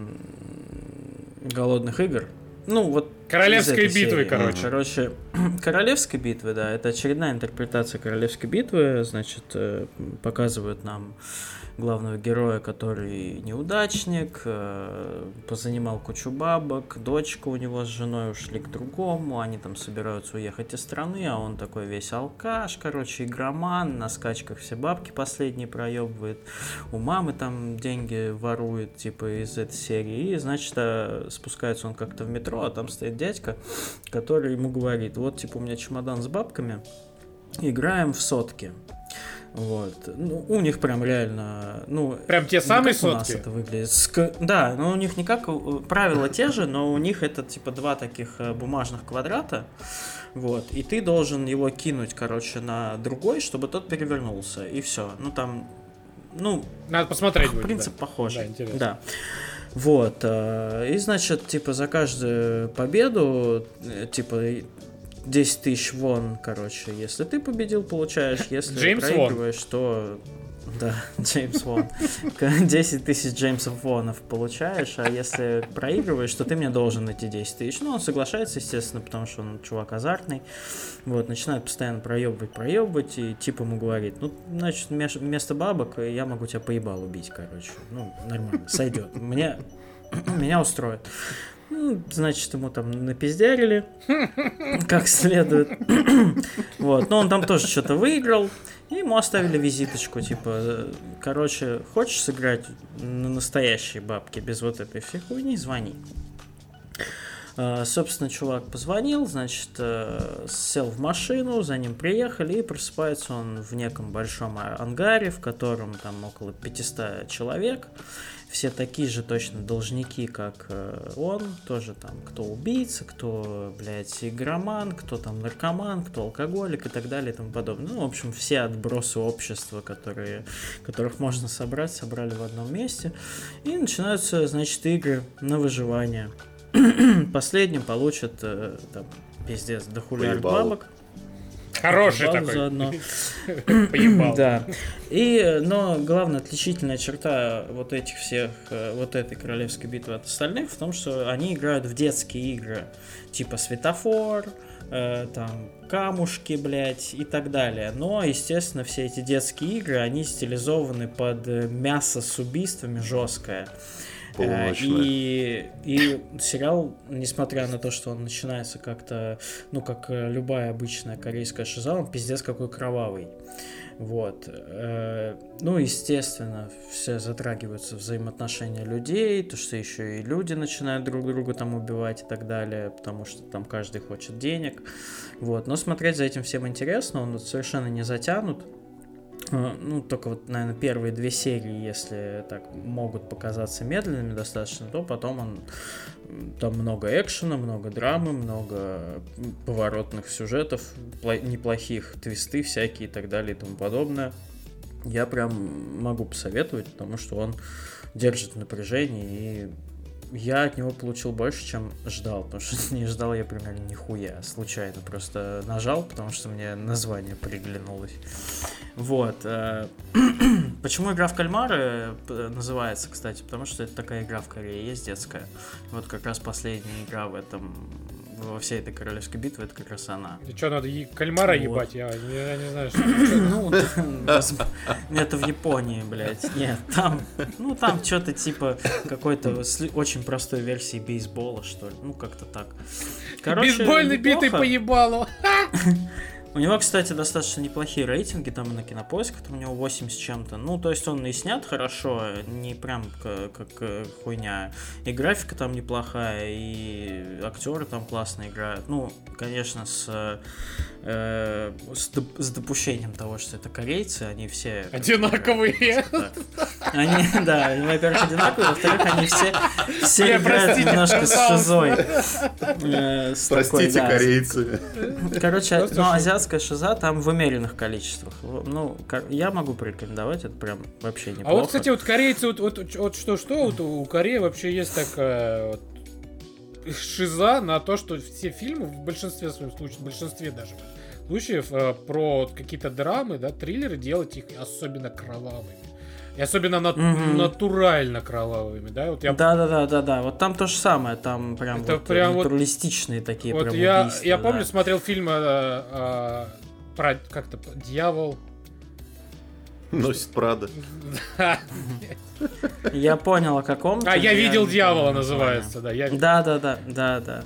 «Голодных игр». Ну, вот Королевской из этой битвы, серии. короче. Королевской битвы, да, это очередная интерпретация Королевской битвы, значит, показывают нам главного героя, который неудачник, позанимал кучу бабок, дочка у него с женой ушли к другому, они там собираются уехать из страны, а он такой весь алкаш, короче, игроман, на скачках все бабки последние проебывает, у мамы там деньги ворует, типа, из этой серии, и, значит, спускается он как-то в метро, а там стоит дядька, который ему говорит, вот, типа, у меня чемодан с бабками, играем в сотки. Вот. Ну, у них прям реально, ну... Прям те не самые как у нас сотки? это выглядит. Да, но у них не как... Правила те же, но у них это, типа, два таких бумажных квадрата. Вот. И ты должен его кинуть, короче, на другой, чтобы тот перевернулся. И все. Ну, там... Ну, Надо посмотреть будет. принцип да. похожий. Да, интересно. Да. Вот. И, значит, типа, за каждую победу, типа... 10 тысяч вон, короче, если ты победил, получаешь, если Джеймс Вон. проигрываешь, то... Да, Джеймс Вон. 10 тысяч Джеймсов Вонов получаешь, а если проигрываешь, то ты мне должен эти 10 тысяч. Ну, он соглашается, естественно, потому что он чувак азартный. Вот, начинает постоянно проебывать, и типа ему говорит, ну, значит, вместо бабок я могу тебя поебал убить, короче. Ну, нормально, сойдет. Меня устроит. Ну, значит, ему там напиздярили, как следует. Вот, но он там тоже что-то выиграл, и ему оставили визиточку, типа, короче, хочешь сыграть на настоящие бабки без вот этой всей хуйни, звони. Собственно, чувак позвонил, значит, сел в машину, за ним приехали, и просыпается он в неком большом ангаре, в котором там около 500 человек. Все такие же точно должники, как он, тоже там, кто убийца, кто, блядь, игроман, кто там наркоман, кто алкоголик и так далее и тому подобное. Ну, в общем, все отбросы общества, которых можно собрать, собрали в одном месте. И начинаются, значит, игры на выживание. Последним получат, там, пиздец, дохуляр бабок. Хороший такой. Заодно. Поебал. Да. Но главная отличительная черта вот этих всех, вот этой королевской битвы от остальных в том, что они играют в детские игры, типа светофор, там камушки, блядь, и так далее. Но, естественно, все эти детские игры, они стилизованы под мясо с убийствами жесткое. И сериал, несмотря на то, что он начинается как-то, ну, как любая обычная корейская шиза, он пиздец какой кровавый. Вот. Ну, естественно, все затрагиваются взаимоотношения людей, то, что еще и люди начинают друг друга там убивать и так далее, потому что там каждый хочет денег. Вот. Но смотреть за этим всем интересно, он совершенно не затянут. Ну, только вот, наверное, первые 2 серии, если так могут показаться медленными достаточно, то потом там много экшена, много драмы, много поворотных сюжетов, неплохих, твисты всякие и так далее и тому подобное. Я прям могу посоветовать, потому что он держит напряжение, и я от него получил больше, чем ждал, потому что не ждал я примерно нихуя, случайно просто нажал, потому что мне название приглянулось. Вот. Почему игра в кальмары называется, кстати, потому что это такая игра в Корее есть детская. Вот как раз последняя игра во всей этой королевской битве, это как раз она. И что, надо кальмара ебать? Я не знаю, что... Ну, это в Японии, блядь. Нет, там что-то типа какой-то очень простой версии бейсбола, что ли. Ну, как-то так. Короче, бейсбольный битый по ебалу. У него, кстати, достаточно неплохие рейтинги, там и на Кинопоиске, там у него 8 с чем-то. Ну, то есть он и снят хорошо, не прям как хуйня. И графика там неплохая, и актеры там классно играют. Ну, конечно, с допущением того, что это корейцы, они все... Одинаковые. Они, да, они, во-первых, одинаковые, во-вторых, они все играют немножко с шизой. Простите, корейцы. Короче, ну, азиатская шиза там в умеренных количествах. Ну, я могу порекомендовать, это прям вообще неплохо. А вот, кстати, вот корейцы, вот что, вот у Кореи вообще есть такая вот шиза на то, что все фильмы в большинстве своих случаев, в большинстве даже случаев про какие-то драмы, да, триллеры, делать их особенно кровавыми. И особенно натурально кровавыми, да? Вот Да. Вот там то же самое, там прям, это вот прям натуралистичные такие вот прям убийства. Я помню, смотрел фильм про как-то «Дьявол». Носит Прада. Я понял, о каком. «Я видел дьявола» называется, да. Да.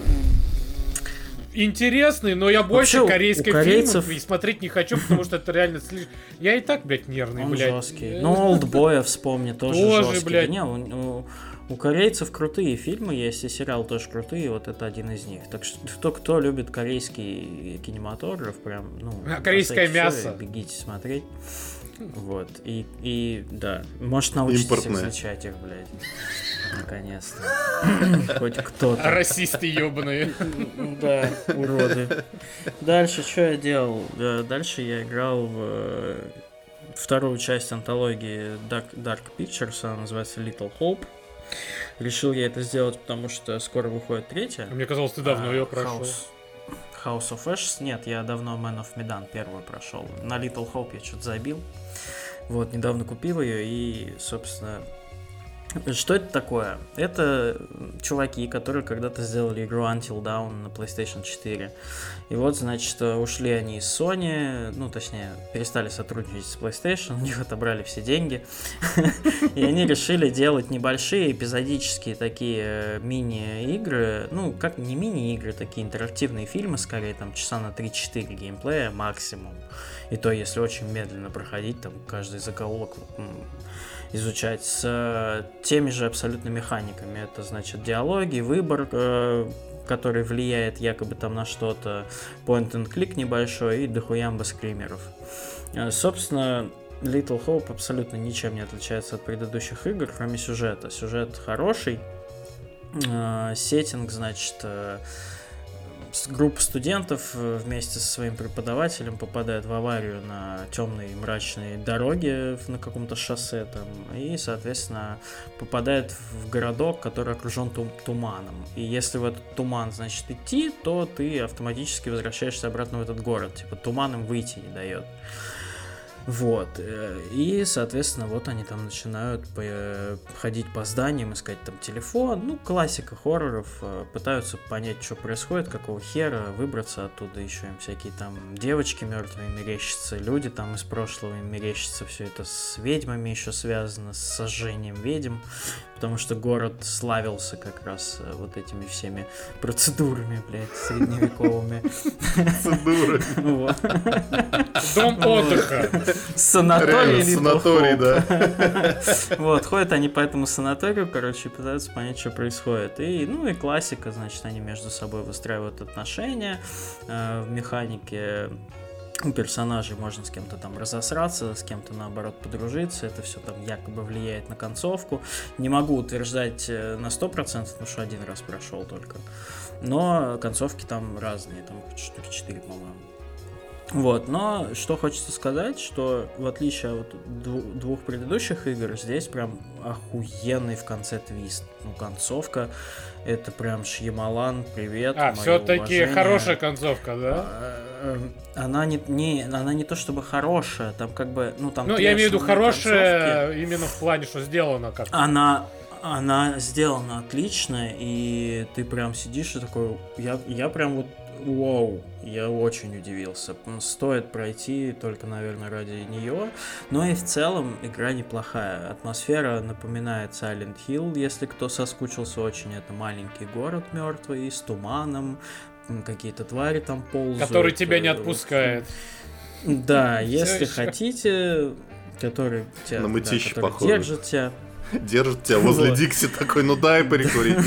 Интересный, но я больше вообще, корейских корейцев... фильмов смотреть не хочу, потому что это реально слишком... Я и так, блядь, нервный, он блядь. Жесткий. Ну, «Олдбоя» вспомни, тоже жесткий. Блядь. Да не, у корейцев крутые фильмы есть, и сериалы тоже крутые, вот это один из них. Так что кто любит корейский кинематограф, прям, ну... Корейское мясо. Бегите смотреть. Вот, и да, может научитесь различать их, блядь. Наконец-то. Хоть кто-то. Расисты ебаные. Да, уроды. Дальше что я делал? Дальше я играл в вторую часть антологии Dark Pictures, она называется Little Hope. Решил я это сделать, потому что скоро выходит 3-я. Мне казалось, ты давно ее прошел. House of Ashes? Нет, я давно Man of Medan первую прошел. На Little Hope я что-то забил. Вот, недавно купил ее и, собственно... Что это такое? Это чуваки, которые когда-то сделали игру Until Dawn на PlayStation 4. И вот, значит, ушли они из Sony, ну, точнее, перестали сотрудничать с PlayStation, у них отобрали все деньги. И они решили делать небольшие эпизодические такие мини-игры, ну, как не мини-игры, такие интерактивные фильмы, скорее, там, часа на 3-4 геймплея максимум. И то, если очень медленно проходить, там, каждый закоулок изучать с теми же абсолютно механиками. Это значит диалоги, выбор, который влияет якобы там на что-то, point and click небольшой и дохуямба скримеров. Собственно, Little Hope абсолютно ничем не отличается от предыдущих игр, кроме сюжета. Сюжет хороший, сеттинг, значит, группа студентов вместе со своим преподавателем попадает в аварию на темной мрачной дороге на каком-то шоссе там, и, соответственно, попадает в городок, который окружен туманом. И если в этот туман, значит, идти, то ты автоматически возвращаешься обратно в этот город. Типа туман им выйти не дает. Вот, и, соответственно, вот они там начинают ходить по зданиям, искать там телефон, ну, классика хорроров, пытаются понять, что происходит, какого хера, выбраться оттуда, еще им всякие там девочки мертвые мерещатся, люди там из прошлого им мерещатся, все это с ведьмами еще связано, с сожжением ведьм, потому что город славился как раз вот этими всеми процедурами, блядь, средневековыми. Процедуры. Дом отдыха. Санаторий, санаторий, да. Вот, ходят они по этому санаторию, короче, пытаются понять, что происходит. И, ну, и классика, значит, они между собой выстраивают отношения. В механике у персонажей можно с кем-то там разосраться, с кем-то, наоборот, подружиться. Это все там якобы влияет на концовку. Не могу утверждать на 100%, потому что один раз прошел только. Но концовки там разные, там штуки 4, по-моему. Вот, но что хочется сказать, что в отличие от двух предыдущих игр, здесь прям охуенный в конце твист. Ну, концовка, это прям Шьямалан, привет, мое все-таки уважение. Хорошая концовка, да? Она не то чтобы хорошая, там как бы, ну там... Ну, я имею в виду хорошая именно в плане, что сделано как-то. Она сделана отлично, и ты прям сидишь и такой, я прям вот, вау, я очень удивился. Стоит пройти только, наверное, ради нее. Но и в целом игра неплохая. Атмосфера напоминает Silent Hill, если кто соскучился очень. Это маленький город мертвый, с туманом, какие-то твари там ползают. Который тебя не отпускает. Да, если хотите, который тебя держит тебя. Держит тебя возле Дикси такой, ну дай перекурить.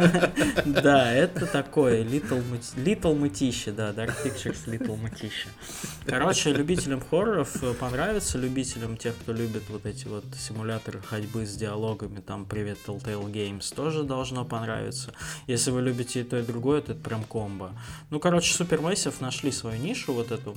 Да, это такое, Little мытище, да, Dark Pictures Little мытище. Короче, любителям хорроров понравится, любителям тех, кто любит вот эти вот симуляторы ходьбы с диалогами, там, привет Telltale Games, тоже должно понравиться. Если вы любите и то, и другое, то это прям комбо. Ну, короче, Supermassive нашли свою нишу вот эту,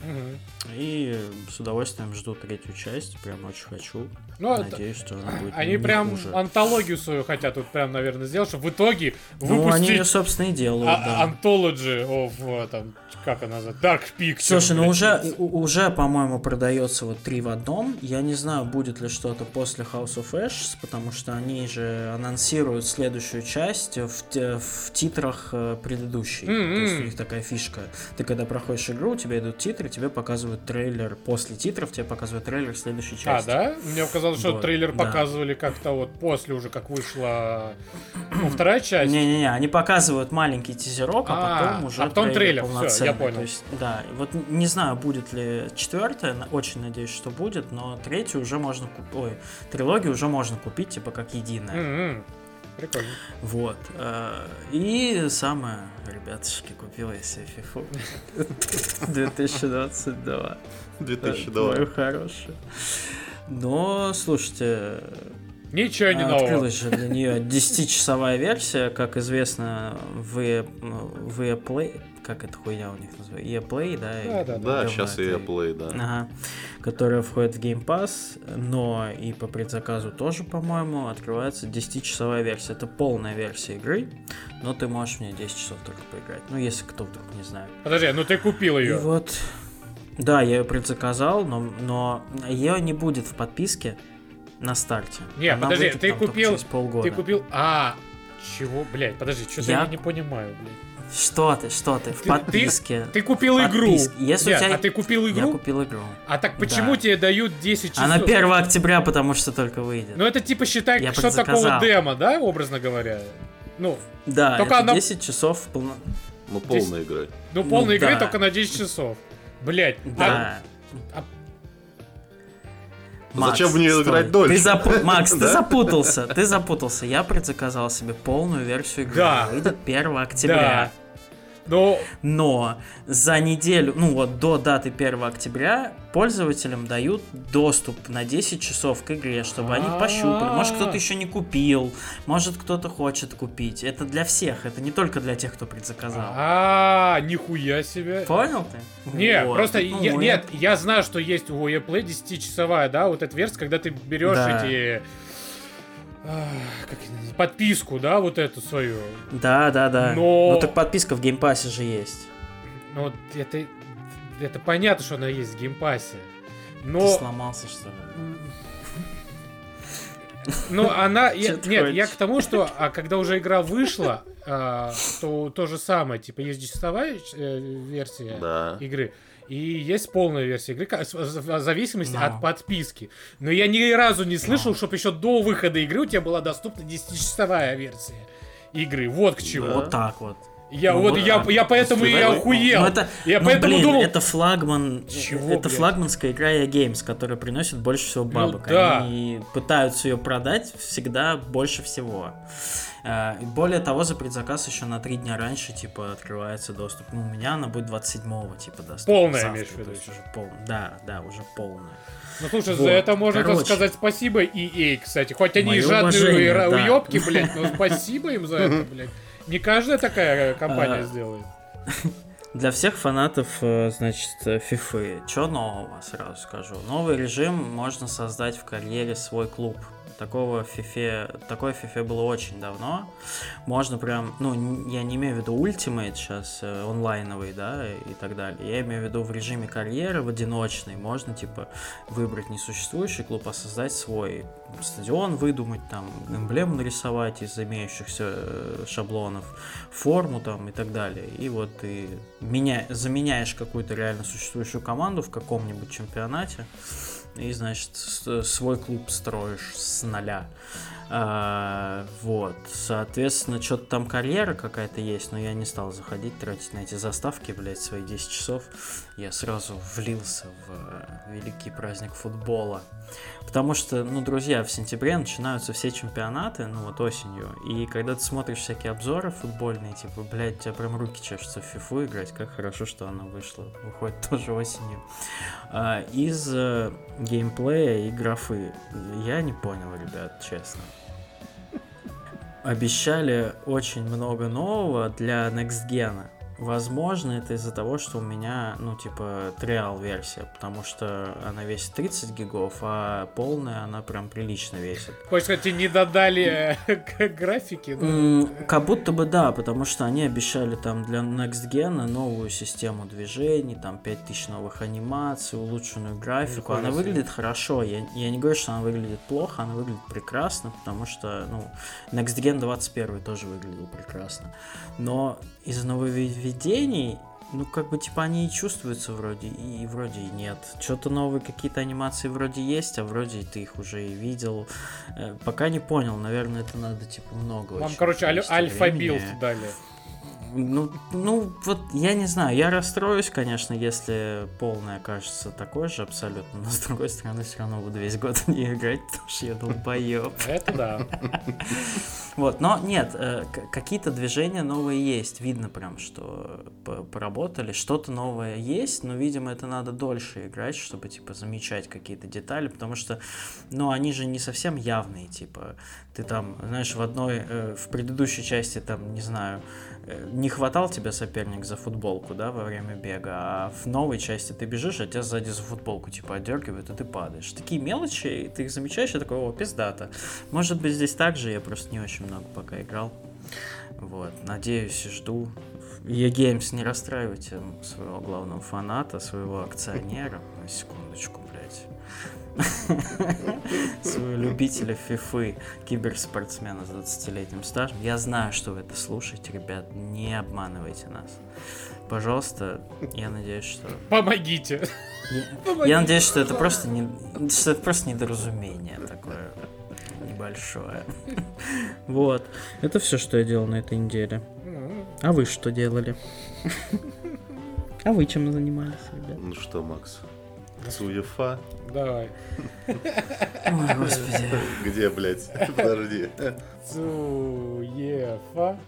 и с удовольствием жду третью часть, прям очень хочу. Надеюсь, что она будет они прям хуже. Антологию свою хотят тут прям, наверное, сделать, чтобы в итоге выпустить... Ну, они ее, собственно, и делают, да. Anthology of, там, как она называется, Dark Pictures. Слушай, ну уже, по-моему, продается вот 3 в одном. Я не знаю, будет ли что-то после House of Ashes, потому что они же анонсируют следующую часть в титрах предыдущей. То есть у них такая фишка. Ты когда проходишь игру, у тебя идут титры, тебе показывают трейлер. После титров тебе показывают трейлер следующей части. Да? Мне показалось, что трейлер показывали как-то вот после уже, как вышла вторая часть. Не-не-не, они показывают маленький тизерок, а потом уже трейлер полноценный. Все, я понял. То есть, да, вот не знаю, будет ли четвертая, очень надеюсь, что будет, но третью уже можно купить, трилогию уже можно купить, типа, как единая. Прикольно. Вот. И самое, ребятушки, купила я себе FIFA 2022. 2002. Мою хорошую. Но, слушайте... Ничего не нового. Открылась же для нее 10-часовая версия, как известно, в Play, как эта хуйня у них называется, EA да? Да, сейчас EA Play, да. Ага, которая входит в Game Pass, но и по предзаказу тоже, по-моему, открывается 10-часовая версия. Это полная версия игры, но ты можешь в нее 10 часов только поиграть. Ну, если кто вдруг не знает. Подожди, ну ты купил ее. И вот... Да, я ее предзаказал, но ее не будет в подписке на старте. Не, Она подожди, выйдет ты там только купил... через полгода. Ты купил... чего, блядь, подожди, что-то я не понимаю, блядь. Что ты, в подписке. Ты купил игру. Если Нет, у тебя... а ты купил игру? Я купил игру. А так почему тебе дают 10 часов? Она 1 октября, потому что только выйдет. Ну это типа считай, Я что такого демо, да, образно говоря? Ну, да, только это она... 10 часов Ну, полной игры. Ну, полной игры да. только на 10 часов. Блять. Да. Макс, зачем в нее играть дольше? Макс, ты запутался. Я предзаказал себе полную версию игры. Да. Выйдет 1 октября. Да. Но за неделю, до даты 1 октября пользователям дают доступ на 10 часов к игре, чтобы они пощупали. Может, кто-то еще не купил, может, кто-то хочет купить. Это для всех, это не только для тех, кто предзаказал. Нихуя себе. Понял ты? Не, просто я знаю, что есть у EA Play 10-часовая, да, вот эта версия, когда ты берешь эти... подписку, да, вот эту свою. Да. Но... Ну так подписка в геймпассе же есть. Ну, это понятно, что она есть в геймпассе. Но... Ты сломался, что ли? Ну, она... Нет, я к тому, что когда уже игра вышла, то же самое, типа, есть 10-часовая версия игры, и есть полная версия игры, в зависимости от подписки. Но я ни разу не слышал, чтобы еще до выхода игры у тебя была доступна 10-часовая версия игры. Вот к чему. Вот так вот. Я поэтому и охуел. Я поэтому думал... Это флагманская игра EA Games, которая приносит больше всего бабок. Да. Они пытаются ее продать всегда больше всего. Более того, за предзаказ еще на 3 дня раньше, типа, открывается доступ. У меня она будет 27-го, типа, доступна. Полная, имеешь в виду? Да, уже полная. Ну, слушай, за это можно сказать спасибо EA, кстати. Хоть они и жадные уёбки, блядь, но спасибо им за это, блядь. Не каждая такая компания сделает. Для всех фанатов, значит, FIFA, что нового, сразу скажу. Новый режим можно создать в карьере свой клуб. Такое в FIFA было очень давно. Можно прям, я не имею в виду Ultimate сейчас, онлайновый, да, и так далее. Я имею в виду в режиме карьеры, в одиночной. Можно, типа, выбрать несуществующий клуб, а создать свой стадион, выдумать, там, эмблему нарисовать из имеющихся шаблонов, форму, там, и так далее. И вот ты заменяешь какую-то реально существующую команду в каком-нибудь чемпионате, и, значит, свой клуб строишь с нуля. Вот. Соответственно, что-то там карьера какая-то есть, но я не стал заходить, тратить на эти заставки, блядь, свои 10 часов. Я сразу влился в великий праздник футбола. Потому что, друзья, в сентябре начинаются все чемпионаты, осенью. И когда ты смотришь всякие обзоры футбольные, типа, блядь, у тебя прям руки чешутся в фифу играть. Как хорошо, что она вышла. Выходит тоже осенью. Из геймплея и графы я не понял, ребят, честно. Обещали очень много нового для Next Gen. Возможно, это из-за того, что у меня, триал-версия, потому что она весит 30 гигов, а полная она прям прилично весит. Хочешь сказать, тебе не додали графики? Как будто бы да, потому что они обещали там для Next Gen новую систему движений, там 5000 новых анимаций, улучшенную графику. Она выглядит хорошо, я не говорю, что она выглядит плохо, она выглядит прекрасно, потому что, Next Gen 21 тоже выглядел прекрасно. Но из нововведений, они и чувствуются вроде и нет. Что-то новые какие-то анимации вроде есть, а вроде ты их уже и видел. Пока не понял, наверное, это надо, много Вам, очень альфа-билд дали. Вот я не знаю, я расстроюсь, конечно, если полная окажется такой же абсолютно, но с другой стороны, все равно буду весь год не играть, потому что я долбоёб. Это да. Вот, но нет, какие-то движения новые есть, видно прям, что поработали, что-то новое есть, но, видимо, это надо дольше играть, чтобы, замечать какие-то детали, потому что, они же не совсем явные, ты там, знаешь, в предыдущей части, там, не знаю, не хватал тебя соперник за футболку, да, во время бега, а в новой части ты бежишь, а тебя сзади за футболку, отдергивают, и ты падаешь. Такие мелочи, ты их замечаешь, и такой, пиздата. Может быть, здесь так же, я просто не очень много пока играл. Вот, надеюсь и жду E-Games, не расстраивайте своего главного фаната, своего акционера. На секундочку, блядь. Своего любителя фифы, киберспортсмена с 20-летним стажем. Я знаю, что вы это слушаете, ребят. Не обманывайте нас. Пожалуйста, я надеюсь, что... Помогите. Я надеюсь, что это просто недоразумение такое небольшое. Вот. Это все, что я делал на этой неделе. А вы что делали? А вы чем занимались, ребят? Ну что, Макс? Цуефа? Давай. Ой, господи. Где, блядь? Подожди. Цуефа.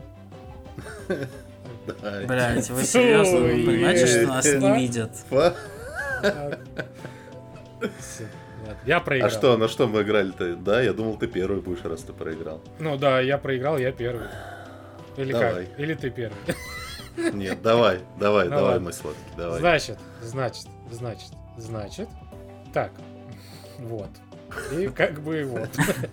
Блядь, вы серьезно? Вы понимаете, что нас не видят? Я проиграл. А что, на что мы играли-то? Да, я думал, ты первый будешь, раз ты проиграл. Ну да, я проиграл, я первый. Или давай. как? Или ты первый? Нет, давай, мой сладкий, давай. Значит. Так, вот. И как бы вот.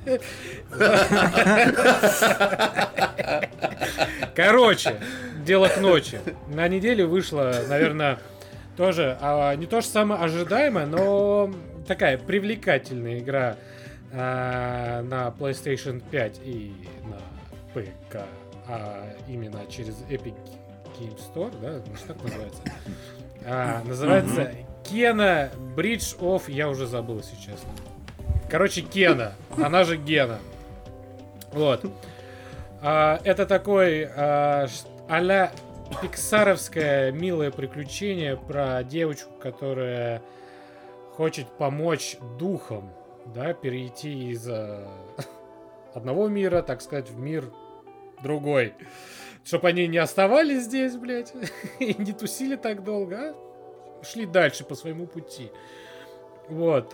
Короче, дело к ночи. На неделе вышла, наверное, тоже, не то же самое ожидаемое, но такая привлекательная игра на PlayStation 5 и на ПК, именно через Epic Game Store, да, значит, так называется. Называется Kena Bridge of... Я уже забыл, если честно. Короче, Кена. Она же Гена. Вот. Это такой а-ля пиксаровское милое приключение про девочку, которая хочет помочь духам, да, перейти из одного мира, так сказать, в мир другой. Чтоб они не оставались здесь, блядь, и не тусили так долго, а шли дальше по своему пути. Вот.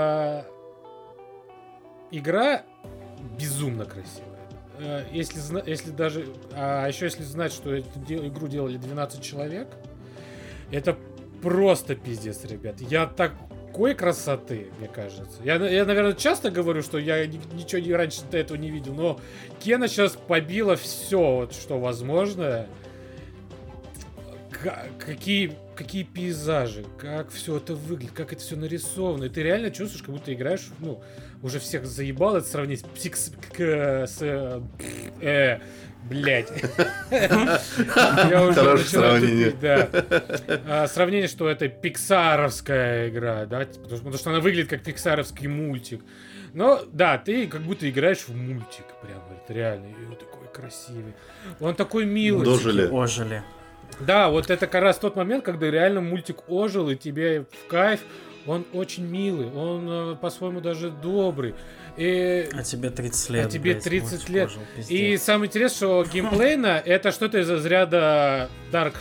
Игра безумно красивая. Если даже... еще если знать, что эту игру делали 12 человек, это просто пиздец, ребят. Я такой красоты, мне кажется. Я, наверное, часто говорю, что я ничего раньше до этого не видел, но Кена сейчас побила все, вот, что возможно. Какие пейзажи, как все это выглядит, как это все нарисовано. И ты реально чувствуешь, как будто играешь, ну, уже всех заебало это сравнить блять. Я уже начинаю тупить, да. Сравнение, что это пиксаровская игра, да, потому что она выглядит как пиксаровский мультик. Но, да, ты как будто играешь в мультик, прям, это реально. И он такой красивый. Он такой милый. Ожили. Да, вот это как раз тот момент, когда реально мультик ожил, и тебе в кайф. Он очень милый, он по-своему даже добрый. И... А тебе 30 лет. А тебе 30 лет. И самое интересное, что геймплейно это что-то из разряда Dark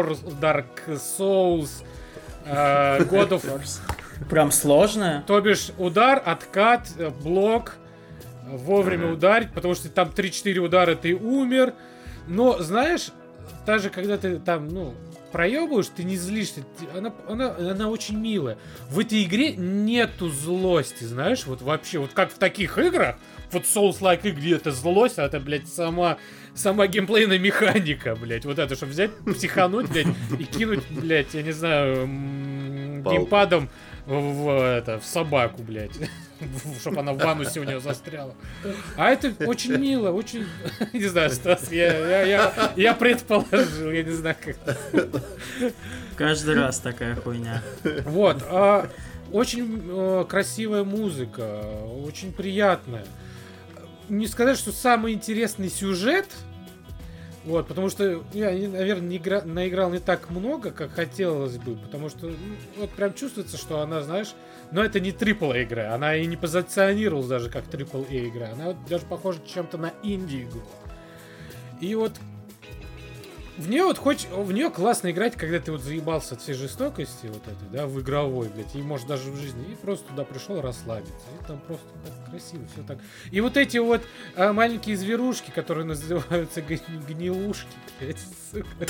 Souls, God of... Прям сложное? То бишь удар, откат, блок, вовремя ударить, потому что там 3-4 удара ты умер. Но, знаешь, даже когда ты там, ну, проебываешь, ты не злишься. Она очень милая. В этой игре нету злости, знаешь, вот вообще, вот как в таких играх, вот Souls-like игре это злость, а это, блядь, сама геймплейная механика, блядь, вот это, чтобы взять, психануть, блядь, и кинуть, блядь, я не знаю, геймпадом в собаку, блядь, чтобы она в ванусе у нее застряла. А это очень мило, очень... Не знаю, Стас, я предположил, я не знаю, как... Каждый раз такая хуйня. Вот, очень красивая музыка, очень приятная. Не сказать, что самый интересный сюжет, вот, потому что я, наверное, наиграл не так много, как хотелось бы, потому что, ну, вот прям чувствуется, что она, знаешь, но это не AAA игра, она и не позиционировалась даже как AAA игра, она вот даже похожа чем-то на инди-игру. И вот в нее классно играть, когда ты вот заебался от всей жестокости вот этой, да, в игровой, блядь, и может даже в жизни, и просто туда пришел расслабиться, и там просто так красиво, все так. И вот эти вот маленькие зверушки, которые называются гнилушки, блядь, сука.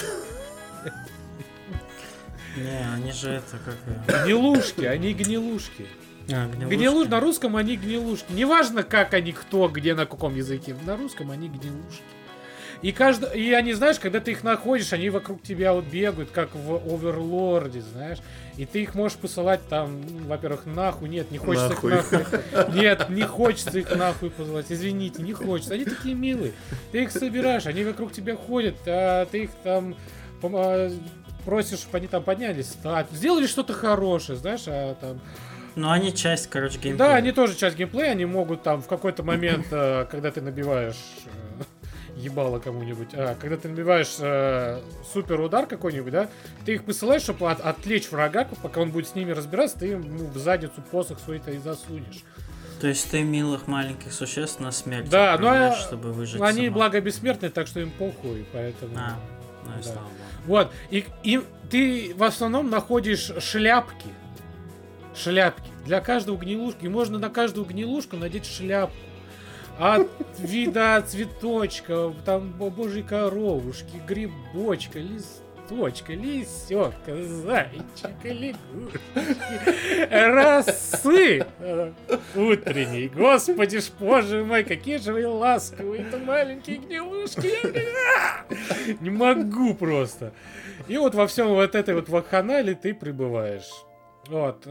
Не, они же это как... Гнилушки, они гнилушки. Гнилушки. На русском они гнилушки. Неважно, как они, кто, где, на каком языке, на русском они гнилушки. И они, знаешь, когда ты их находишь, они вокруг тебя вот бегают, как в Оверлорде, знаешь. И ты их можешь посылать там, во-первых, нахуй. Нет, не хочется Нахуй. их нахуй. Нет, не хочется их нахуй посылать. Извините, не хочется. Они такие милые. Ты их собираешь, они вокруг тебя ходят, а ты их там просишь, чтобы они там поднялись. Сделали что-то хорошее, знаешь, Ну, они часть, короче, геймплея. Да, они тоже часть геймплея, они могут там в какой-то момент, когда ты набиваешь ебало кому-нибудь, когда ты набиваешь супер удар какой-нибудь, да, ты их посылаешь, чтобы отвлечь врага, пока он будет с ними разбираться, ты ему в задницу посох свой-то и засунешь. То есть ты милых маленьких существ на смерть Да, отправляешь, чтобы выжить они, сама. благо, бессмертные, так что им похуй, поэтому... Ну и Да. слава богу. Вот, и ты в основном находишь шляпки. Для каждого гнилушки. И можно на каждую гнилушку надеть шляпку. От вида цветочка, там божьей коровушки, грибочка, листочка, лисётка, зайчика, лягушки, росы утренней. Господи ж, боже мой, какие же вы ласковые-то маленькие гнилушки. Не могу просто. И вот во всем вот этой вот вакханалии ты пребываешь. Вот.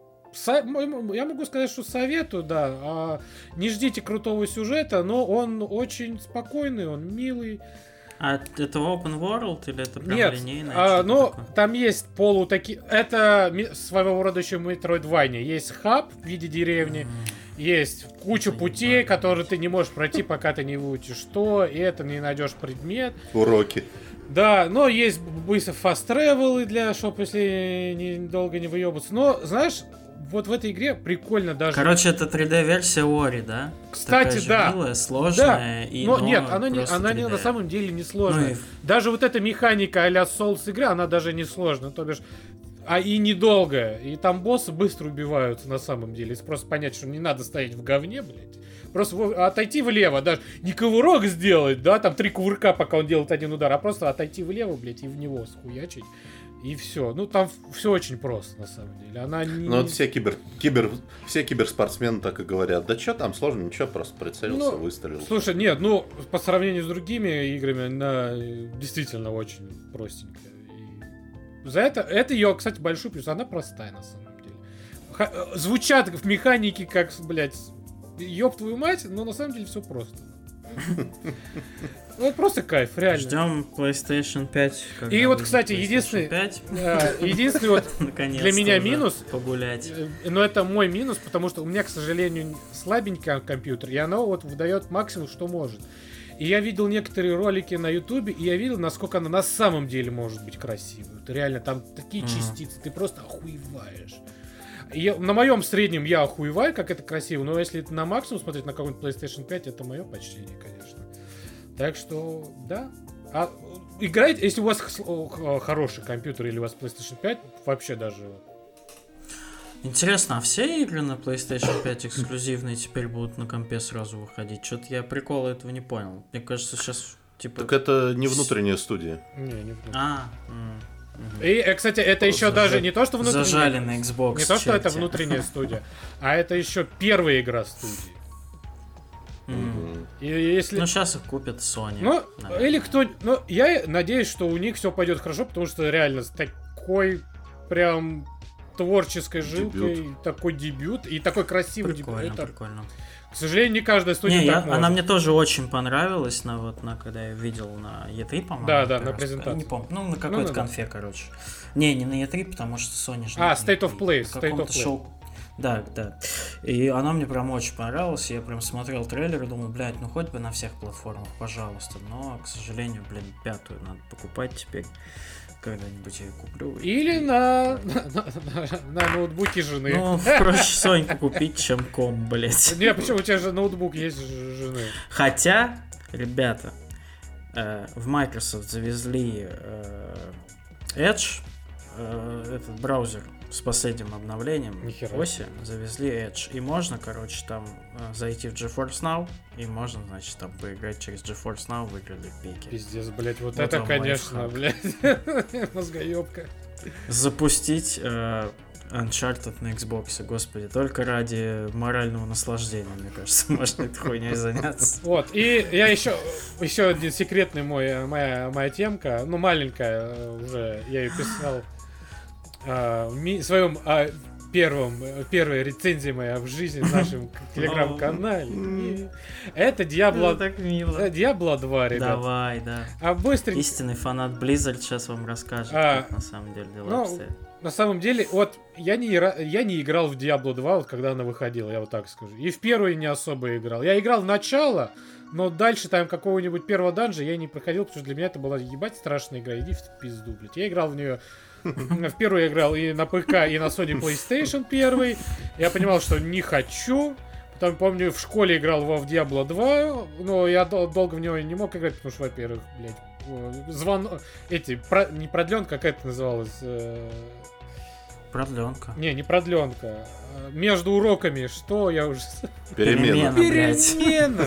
Я могу сказать, что советую, да. Не ждите крутого сюжета, но он очень спокойный, он милый. А это open world или это прям Нет, линейное? но там есть это своего рода еще Metroidvania. Есть хаб в виде деревни, есть куча путей, которые ты не можешь пройти, пока ты не выучишь что, и это не найдешь предмет. Уроки. Да, но есть быстро фаст-тревелы чтобы если долго не выебаться. Но, знаешь, вот в этой игре прикольно даже... Короче, это 3D-версия Ori, да? Кстати, Такая же да. милая, сложная. Да. И, но но нет, она просто не 3D. на самом деле не сложная. Ну и- Даже вот эта механика а-ля Souls игры, она даже не сложная. То бишь, и недолгая. И там боссы быстро убиваются на самом деле. Если просто понять, что не надо стоять в говне, блядь. Просто отойти влево, даже не кувырок сделать, да, там 3 кувырка, пока он делает один удар, а просто отойти влево, блядь, и в него схуячить. И все. Ну, там все очень просто, на самом деле. Она не... Ну, вот все киберспортсмены так и говорят. Да что там сложно, ничего, просто прицелился, выстрелил. Слушай, нет, по сравнению с другими играми, она действительно очень простенькая. И за это ее, кстати, большой плюс. Она простая, на самом деле. Звучат в механике как, блядь, ёб твою мать, но на самом деле все просто. Ну, это просто кайф, реально. Ждем PlayStation 5. И вот, кстати, единственный вот для меня минус, погулять. но это мой минус, потому что у меня, к сожалению, слабенький компьютер, и оно вот выдает максимум, что может. И я видел некоторые ролики на Ютубе, и я видел, насколько она на самом деле может быть красивой. Это реально, там такие частицы, ты просто охуеваешь. На моем среднем я охуеваю, как это красиво, но если это на максимум смотреть на какой-нибудь PlayStation 5, это мое почтение, конечно. Так что, да. Играйте, если у вас хороший компьютер или у вас PlayStation 5, вообще даже... Интересно, а все игры на PlayStation 5 эксклюзивные теперь будут на компе сразу выходить? Что-то я прикола этого не понял. Мне кажется, сейчас типа... Так это не внутренняя студия. Не. И, кстати, это еще даже не то, что внутренняя... Зажали на Xbox. Не то, что это внутренняя студия, а это еще первая игра студии. И если... Ну, сейчас их купят Sony. Ну, наверное. или кто... Ну, я надеюсь, что у них все пойдет хорошо, потому что реально с такой прям творческой жилкой, такой дебют и такой красивый Прикольно, дебют. Это, прикольно. к сожалению, не каждая студия так может. Она мне тоже очень понравилась, когда я видел на E3, по-моему. Да, на презентации. Не помню, на какой-то конфе, короче. Не на E3, потому что Sony же... State of Play, шоу. Да. И она мне прям очень понравилась. Я прям смотрел трейлер и думал, блядь, ну хоть бы на всех платформах, пожалуйста. Но, к сожалению, блин, 5-ю надо покупать теперь. Когда-нибудь я ее куплю. Или на ноутбуке жены. Ну, проще Соньку купить, чем ком, блядь. Не, почему? У тебя же ноутбук есть жены. Хотя, ребята, в Microsoft завезли Edge, этот браузер с последним обновлением оси, завезли Edge. И можно, короче, там зайти в GeForce Now, и можно, значит, там поиграть через GeForce Now в игры Пики. Пиздец, блядь, вот это, конечно, блядь, мозгоебка. Запустить Uncharted на Xbox, господи, только ради морального наслаждения, мне кажется, можно этой хуйней заняться. Вот, и я еще один секретный моя темка, ну, маленькая уже, я ее писал в своем первой рецензии моя в жизни в нашем телеграм-канале. Это Diablo, так мило. Diablo 2, ребят. Давай, да. А быстренько... Истинный фанат Blizzard сейчас вам расскажет, как на самом деле дела обстоят. На самом деле, вот, я не играл в Diablo 2, вот, когда она выходила, я вот так скажу. И в первую не особо играл. Я играл в начало, но дальше там какого-нибудь первого данжа я не проходил, потому что для меня это была ебать страшная игра. Иди в пизду, блядь. Я играл в нее... В первую я играл и на ПК, и на Sony PlayStation 1. Я понимал, что не хочу. Потом, помню, в школе играл в Diablo 2, но я долго в него не мог играть, потому что, во-первых, блядь, не продленка, как это называлось? Продленка. Не продленка. Между уроками, что я уже... Перемена, блядь.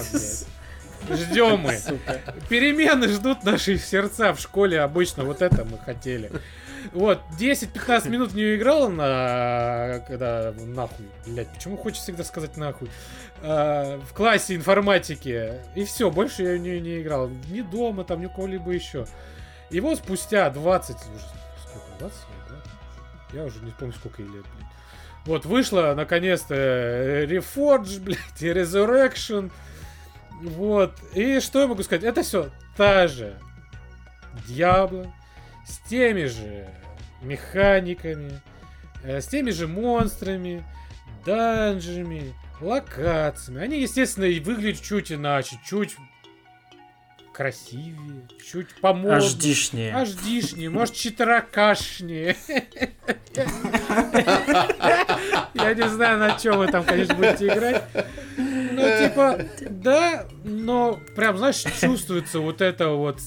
Ждем мы. Перемены ждут наши сердца в школе обычно. Вот это мы хотели. Вот, 10-15 минут в нее играл когда нахуй, блядь, почему хочется всегда сказать нахуй, в классе информатики, и все, больше я в нее не играл, ни дома, там, ни у кого-либо еще. И вот спустя 20 лет, да? Я уже не помню, сколько ей лет, блядь. Вот, вышла, наконец-то, Reforged, блядь, и Resurrection, вот, и что я могу сказать, это все та же Diablo, с теми же механиками, с теми же монстрами, данжами, локациями. Они, естественно, и выглядят чуть иначе, чуть красивее, чуть помоложе. HD-шнее, может, 4К-шнее. Я не знаю, на чем вы там, конечно, будете играть. Ну, типа, да, но прям, знаешь, чувствуется вот это вот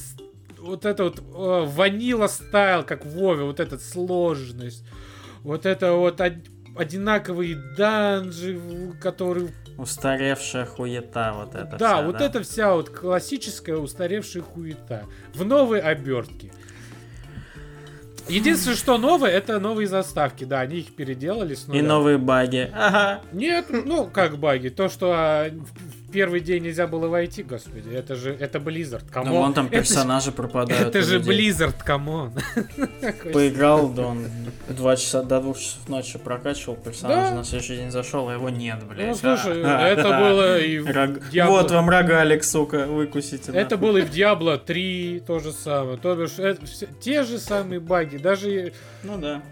ванила стайл, как в Вове, вот эта сложность, вот это вот одинаковые данжи, которые... Устаревшая хуета вот это. Да, вся, вот да? это вся вот классическая устаревшая хуета. В новой обертке. Единственное, что новое, это новые заставки. Да, они их переделали с нуля. И новые баги. Ага. Нет, ну как баги. То, что в первый день нельзя было войти, господи, это Blizzard, камон. Ну вон там персонажи пропадают. Это же Blizzard, камон. Поиграл, да он 2 часа до 2 часов ночи прокачивал персонажа, на следующий день зашел, а его нет, блядь. Ну слушай, это было и в Diablo... Вот вам рогалик, сука, выкусите. Это было и в Diablo 3 то же самое. То бишь, те же самые баги, даже... Ну да.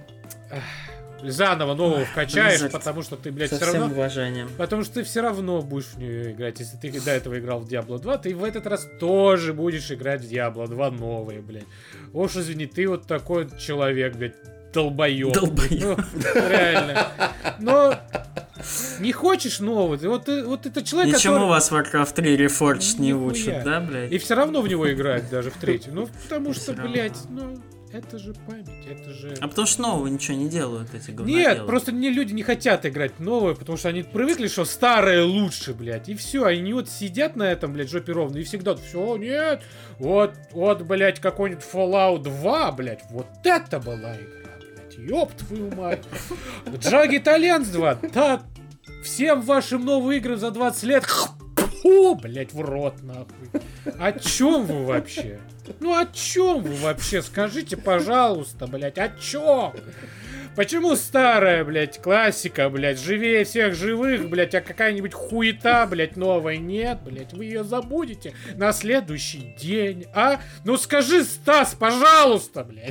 Заново нового вкачаешь, Blizzard. Потому что ты, блядь, Со все всем равно... уважением. Потому что ты все равно будешь в нее играть. Если ты до этого играл в Diablo 2, ты в этот раз тоже будешь играть в Diablo 2 новые, блядь. Уж извини, ты вот такой человек, блядь, долбоёб. Ну, реально. Но не хочешь нового. Вот это человек, Ничему который... вас Warcraft 3 Reforged не учат, да, блядь? И все равно в него играть даже в третий. Ну, потому что, всё блядь, ну... Это же память, это же... А потому что нового ничего не делают эти говноделы. Нет, просто люди не хотят играть в новое, потому что они привыкли, что старое лучше, блядь. И все, они вот сидят на этом, блядь, жопе ровно, и всегда, все, нет, вот, блядь, какой-нибудь Fallout 2, блядь, вот это была игра, блядь, ёб твою мать. Jagged Alliance 2, да, всем вашим новым играм за 20 лет, блядь, в рот, нахуй. О чем вы вообще? Ну о чем вы вообще? Скажите, пожалуйста, блядь, о чем? Почему старая, блядь, классика, блядь, живее всех живых, блядь, а какая-нибудь хуета, блядь, новая нет, блядь, вы ее забудете на следующий день, а? Ну скажи, Стас, пожалуйста, блядь.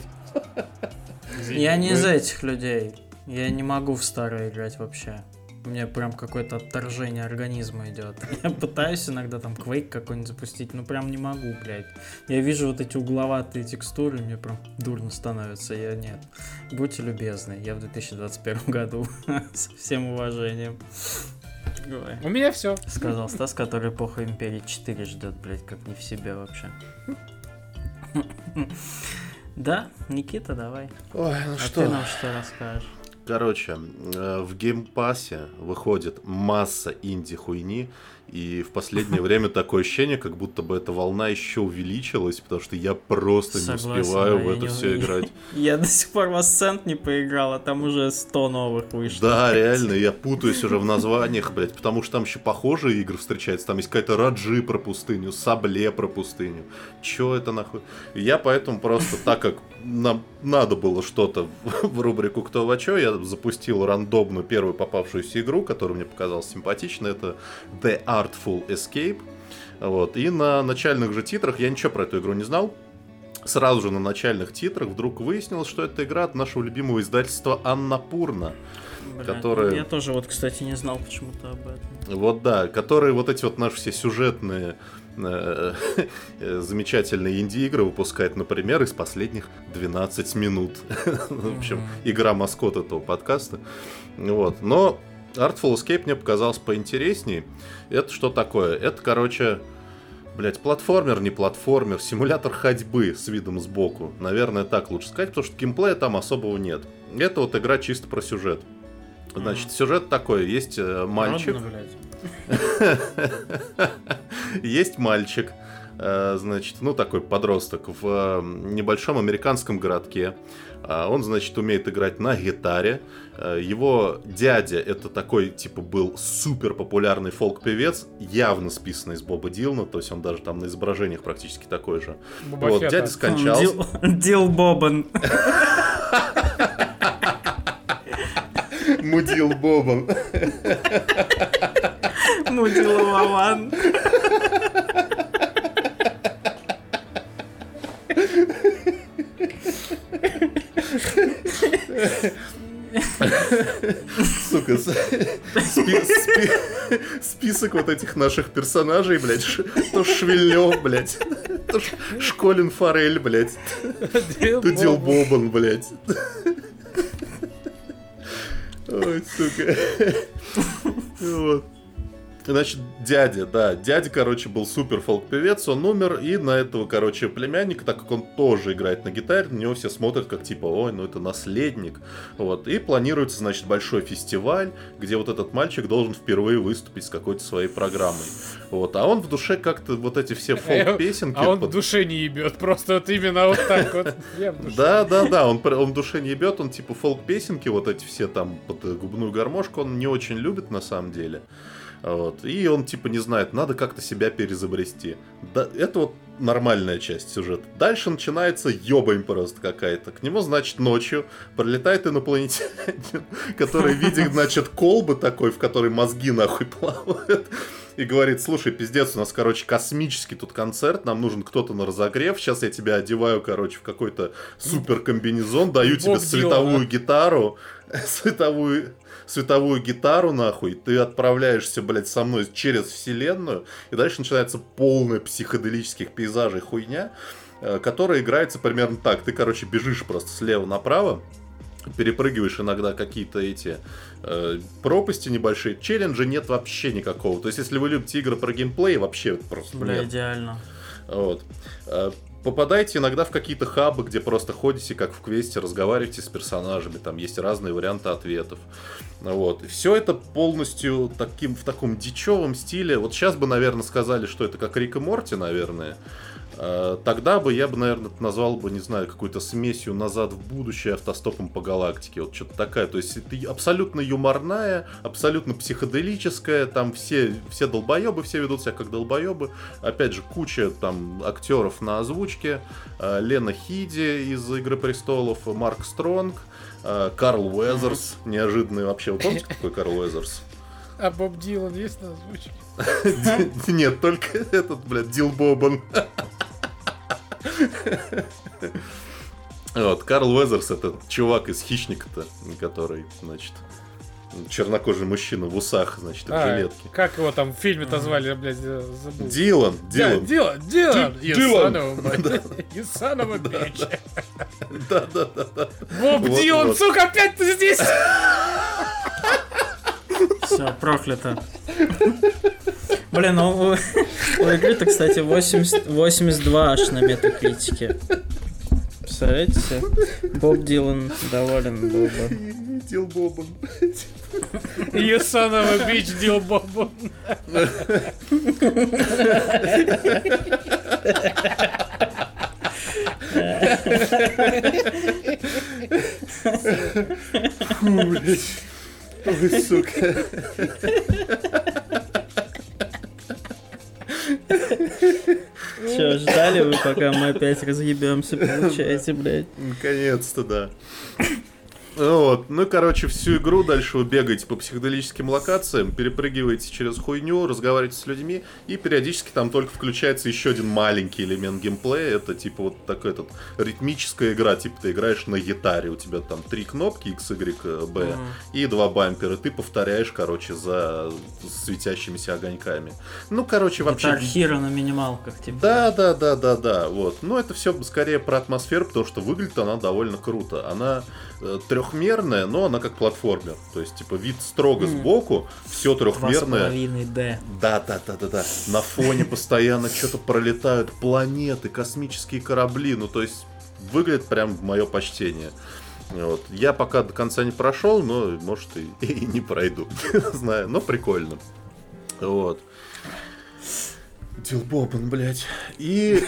Я не из этих людей. Я не могу в старое играть вообще. У меня прям какое-то отторжение организма идет. Я пытаюсь иногда там Quake какой-нибудь запустить, но прям не могу, блядь. Я вижу вот эти угловатые текстуры, мне прям дурно становится. Нет. Будьте любезны, я в 2021 году. Со всем уважением. Ой. У меня все. Сказал Стас, который эпоху Империи 4 ждет, блядь, как не в себе вообще. Да, Никита, давай. Ой, ну а что? Ты нам что расскажешь? Короче, в геймпассе выходит масса инди-хуйни. И в последнее время такое ощущение, как будто бы эта волна еще увеличилась, потому что я просто не успеваю в это все играть. Я до сих пор в Ascent не поиграл, а там уже 100 новых вышло. Да, реально, я путаюсь уже в названиях, блядь, потому что там еще похожие игры встречаются. Там есть какая-то Раджи про пустыню, Сабле про пустыню. Че это нахуй? Я поэтому просто, так как нам надо было что-то в рубрику «Кто во чё», я запустил рандомную первую попавшуюся игру, которая мне показалась симпатичной. Это The Artful Escape. Вот. И на начальных же титрах, я ничего про эту игру не знал, сразу же на начальных титрах вдруг выяснилось, что это игра от нашего любимого издательства Аннапурна. Которые... Я тоже вот, кстати, не знал почему-то об этом. Вот да, которые вот эти вот наши все сюжетные замечательные инди-игры выпускает, например, из последних 12 минут. В общем, игра-маскот этого подкаста. Вот. Но Artful Escape мне показалось поинтересней. Это что такое? Это, короче, блять, платформер, не платформер, симулятор ходьбы с видом сбоку. Наверное, так лучше сказать, потому что геймплея там особого нет. Это вот игра чисто про сюжет. Значит, сюжет такой. Есть мальчик. Есть мальчик, значит, ну такой подросток в небольшом американском городке. Он, значит, умеет играть на гитаре. Его дядя, это такой, типа, был супер популярный фолк-певец, явно списанный из Боба Дилана, то есть он даже там на изображениях практически такой же. Вот, дядя скончался. Дил Бобан. Мудил Бобан. Мудил Вован. Сука, список вот этих наших персонажей, блядь, то Швельнёв, блядь, то Школин Форель, блядь, то Дил Бобан, блядь. Ой, сука. Вот. Значит, дядя, короче, был супер фолк-певец, он умер, и на этого, короче, племянника, так как он тоже играет на гитаре, на него все смотрят как типа, ой, ну это наследник, вот, и планируется, значит, большой фестиваль, где вот этот мальчик должен впервые выступить с какой-то своей программой, вот, а он в душе как-то вот эти все фолк-песенки... А он в душе не ебет, просто вот именно вот так вот. Да, он в душе не ебет, он типа фолк-песенки, вот эти все там, под губную гармошку, он не очень любит на самом деле. Вот. И он типа не знает, надо как-то себя переизобрести. Да, это вот нормальная часть сюжета. Дальше начинается ёбань просто какая-то. К нему, значит, ночью прилетает инопланетянин, который видит, значит, колбы такой, в которой мозги нахуй плавают. И говорит, слушай, пиздец, у нас, короче, космический тут концерт, нам нужен кто-то на разогрев, сейчас я тебя одеваю, короче, в какой-то супер комбинезон, даю тебе световую гитару, световую гитару, нахуй, ты отправляешься, блядь, со мной через вселенную, и дальше начинается полная психоделических пейзажей хуйня, которая играется примерно так. Ты, короче, бежишь просто слева направо, перепрыгиваешь иногда какие-то эти пропасти небольшие. Челленджа нет вообще никакого. То есть, если вы любите игры про геймплей, вообще просто бля, нет. идеально. Вот. Попадаете иногда в какие-то хабы, где просто ходите, как в квесте, разговариваете с персонажами, там есть разные варианты ответов. Вот. Все это полностью в таком дичевом стиле. Вот сейчас бы, наверное, сказали, что это как Рик и Морти, наверное. Тогда бы я бы, наверное, назвал бы, не знаю, какой-то смесью «Назад в будущее» автостопом по галактике. Вот что-то такая. То есть это абсолютно юморная, абсолютно психоделическая. Там все долбоебы, все ведут себя как долбоебы. Опять же, куча там актеров на озвучке. Лена Хиди из «Игры престолов», Марк Стронг, Карл Уэзерс. Неожиданный вообще. Вы помните, какой Карл Уэзерс? А Боб Дилан есть на озвучке? Нет, только этот, блядь, Дил Бобан. Вот, Карл Уэзерс — это чувак из «Хищника»-то, который, значит, чернокожий мужчина в усах, значит, в жилетке. Как его там в фильме-то звали, блядь, забыл. Дилан. Дилан. You son of a bitch. Да. Боб Дилан, сука, опять ты здесь! Все, проклято. Блин, ну у игры-то, кстати, 82 аж на метакритике. Представляете себе? Боб Дилан доволен был бы. Дил Бобан. You son of a bitch, Дил Бобан. Фу, блядь. Ой, сука. Че, ждали вы, пока мы опять разъебемся, получаете, блядь? Наконец-то, да. Вот. Ну, короче, всю игру дальше вы бегаете по психоделическим локациям, перепрыгиваете через хуйню, разговариваете с людьми, и периодически там только включается еще один маленький элемент геймплея. Это типа вот такая ритмическая игра, типа ты играешь на гитаре, у тебя там 3 кнопки X, Y, B и 2 бампера. Ты повторяешь, короче, за светящимися огоньками. Ну, короче, вообще... Guitar Hero на минималках, типа. Да, вот. Но это все скорее про атмосферу, потому что выглядит она довольно круто. Она трехмерная, но она как платформер. То есть, типа, вид строго сбоку, все трехмерное. 2,5D. Да. На фоне постоянно что-то пролетают планеты, космические корабли. Ну, то есть, выглядит прям в мое почтение. Вот. Я пока до конца не прошел, но, может, и не пройду. Знаю, но прикольно. Вот. Дил Бобан, блядь. И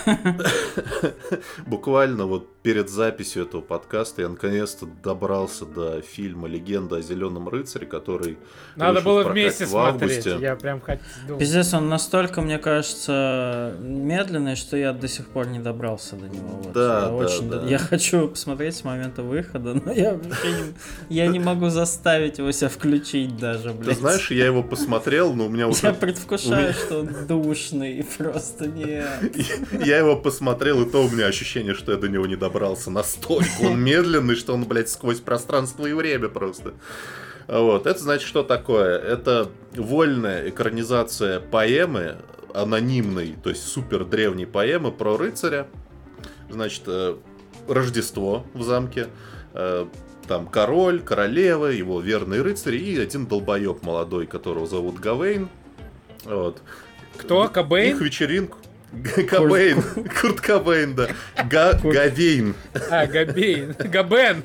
буквально вот перед записью этого подкаста я наконец-то добрался до фильма «Легенда о Зеленом рыцаре», который надо было в вместе в августе. смотреть. Я прям думал. Пиздец, он настолько, мне кажется, медленный, что я до сих пор не добрался до него. Вот. Да. Я хочу посмотреть с момента выхода, но я не могу заставить его себя включить даже, блядь. Ты знаешь, я его посмотрел, но у меня уже... Я предвкушаю, что он душный, просто нет. Я его посмотрел, и то у меня ощущение, что я до него не добрался. Настолько он медленный, что он, блядь, сквозь пространство и время просто. Вот. Это значит, что такое? Это вольная экранизация поэмы, анонимной, то есть супер древней поэмы про рыцаря. Значит, Рождество в замке. Там король, королева, его верный рыцарь и один долбоеб молодой, которого зовут Гавейн. Вот. Кто? Кобейн? Их вечеринку. Кобейн. Курт Кобейн, да. Гавейн. А, Габейн. Габен.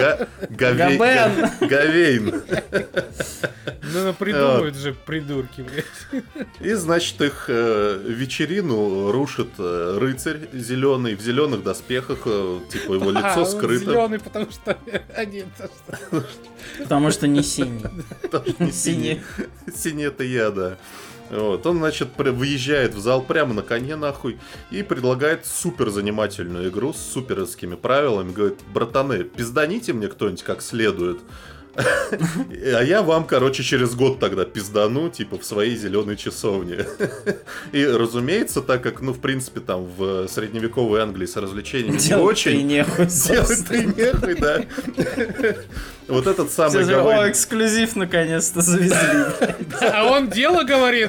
Гавейн. Ну, придумают же придурки, блядь. И, значит, их вечерину рушит рыцарь зеленый, в зеленых доспехах, типа его лицо скрыто. Зеленый, потому что они... Потому что не синий. Синий. Синий это я, да. Вот. Он, значит, въезжает в зал прямо на коне, нахуй, и предлагает супер занимательную игру с суперскими правилами. Говорит: братаны, пизданите мне кто-нибудь как следует. А я вам, короче, через год тогда пиздану, типа, в своей зеленой часовне. И, разумеется, так как, ну, в принципе, там, в средневековой Англии с развлечениями не очень... Делать-то и нехуй, да. Вот этот самый Гавейн... О, эксклюзив наконец-то завезли. А он дело говорит.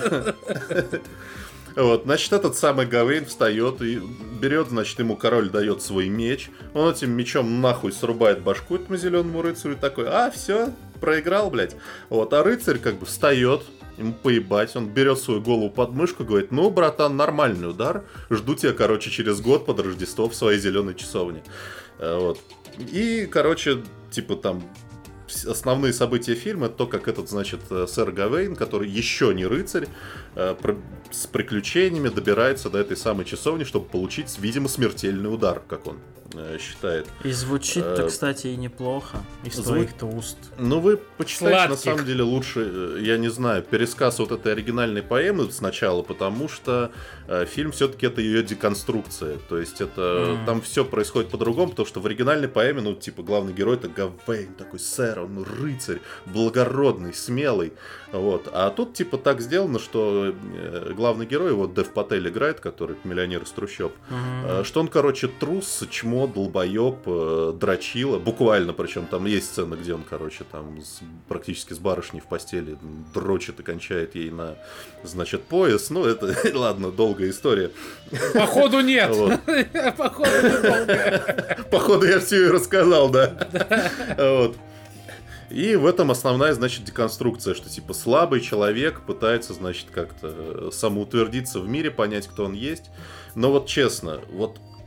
Вот, значит, этот самый Гавейн встает и берет, значит, ему король дает свой меч. Он этим мечом нахуй срубает башку этому зеленому рыцарю и такой: а, все, проиграл, блядь. Вот, а рыцарь как бы встает, ему поебать, он берет свою голову под мышку, говорит: ну, братан, нормальный удар, жду тебя, короче, через год под Рождество в своей зеленой часовне. Вот. И, короче, типа там... Основные события фильма — это то, как этот, значит, сэр Гавейн, который еще не рыцарь, с приключениями добирается до этой самой часовни, чтобы получить, видимо, смертельный удар, как он считает. И звучит-то, кстати, и неплохо из твоих-то уст. Ну, вы почитайте, на самом деле, лучше, я не знаю, пересказ вот этой оригинальной поэмы сначала, потому что фильм все-таки это ее деконструкция. То есть это там все происходит по-другому, потому что в оригинальной поэме, ну, типа, главный герой — это Гавейн, такой сэр, он рыцарь, благородный, смелый. Вот. А тут, типа, так сделано, что главный герой, вот Дев Патель играет, который миллионер из трущоб, что он, короче, трус, чмо, долбоеб, дрочила, буквально, причем там есть сцена, где он, короче, там практически с барышней в постели дрочит и кончает ей на, значит, пояс. Ну, это, ладно, долгая история. Походу нет. Походу недолго. Походу я все и рассказал, да. Вот. И в этом основная, значит, деконструкция, что, типа, слабый человек пытается, значит, как-то самоутвердиться в мире, понять, кто он есть. Но вот честно, вот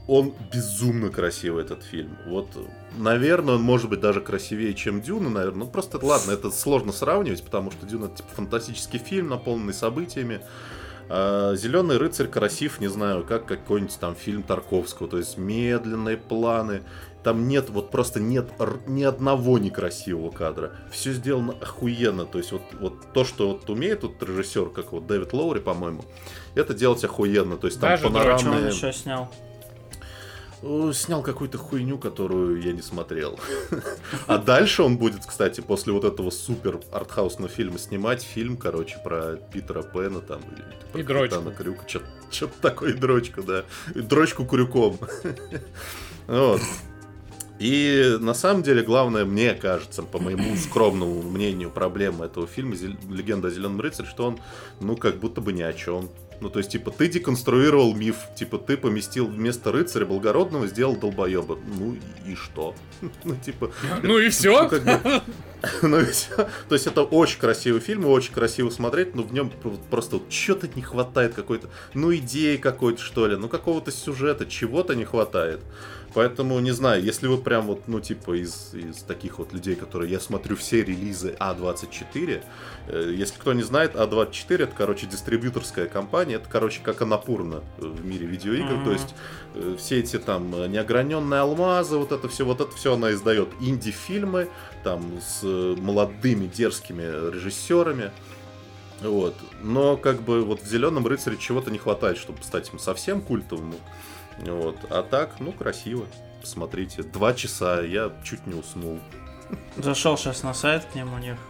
он безумно красивый, этот фильм. Вот, наверное, он может быть даже красивее, чем Дюна, наверное. Ну, просто, ладно, это сложно сравнивать, потому что Дюна — это, типа, фантастический фильм, наполненный событиями. А «Зеленый рыцарь» красив, не знаю, как какой-нибудь там фильм Тарковского. То есть медленные планы. Там нет, вот просто нет ни одного некрасивого кадра. Все сделано охуенно. То есть вот то, что вот умеет вот режиссер, как вот Дэвид Лоури, по-моему, это делать охуенно. То есть там Даже Что он панорамные... еще снял? Снял какую-то хуйню, которую я не смотрел. А дальше он будет, кстати, после вот этого супер артхаусного фильма снимать фильм, короче, про Питера Пэна там. И дрочку. Крюка. Что-то такое, и дрочку, да. И дрочку крюком. Вот. И на самом деле, главное, мне кажется, по моему скромному мнению, проблема этого фильма «Легенда о Зеленом рыцаре», что он, ну, как будто бы ни о чем. Ну, то есть, типа, ты деконструировал миф, типа, ты поместил вместо рыцаря благородного, сделал долбоеба. Ну, и что? Ну, типа... Ну и все? Ну и все. То есть, это очень красивый фильм, и очень красиво смотреть, но в нем просто что-то не хватает какой-то, ну, идеи какой-то, что ли, ну, какого-то сюжета, чего-то не хватает. Поэтому, не знаю, если вот прям вот, ну, типа, из таких вот людей, которые... Я смотрю все релизы А24. Если кто не знает, А24 — это, короче, дистрибьюторская компания. Это, короче, как Анапурна в мире видеоигр. То есть, все эти там неограненные алмазы, вот это все она издает. Инди-фильмы, там, с молодыми, дерзкими режиссерами. Вот. Но, как бы, вот в «Зеленом рыцаре» чего-то не хватает, чтобы стать им совсем культовым. Вот. А так, ну, красиво. Посмотрите. 2 часа, я чуть не уснул. Зашел сейчас на сайт к ним, у них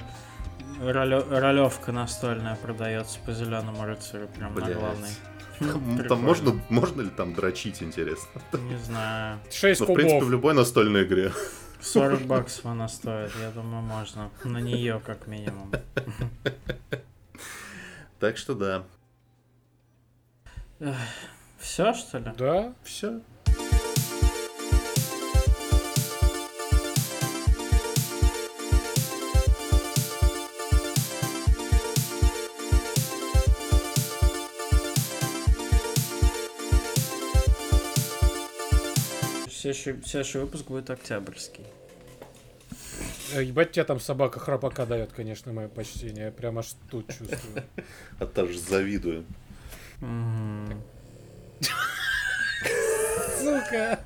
ролевка настольная продается по «Зеленому рыцарю», прям на главной. Там можно ли там дрочить, интересно? Не знаю. 6 Ну, в принципе, в кубов. любой настольной игре. $40 она стоит, я думаю, можно. На нее, как минимум. Так что да. Все, что ли? Да. Все. Следующий выпуск будет октябрьский. Ебать, тебе там собака храпака дает, конечно, мое почтение. Я прям аж тут чувствую. А даже завидую. Сука!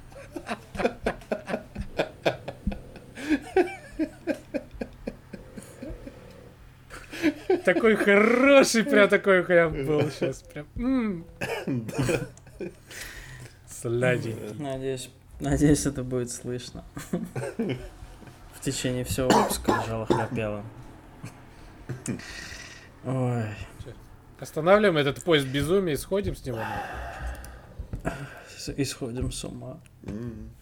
Такой хороший, прям такой прям был сейчас. Прям. Сладенький. Надеюсь, это будет слышно. В течение всего выпуска лежала, храпела. Ой. Останавливаем этот поезд безумия и сходим с него. Исходим с ума.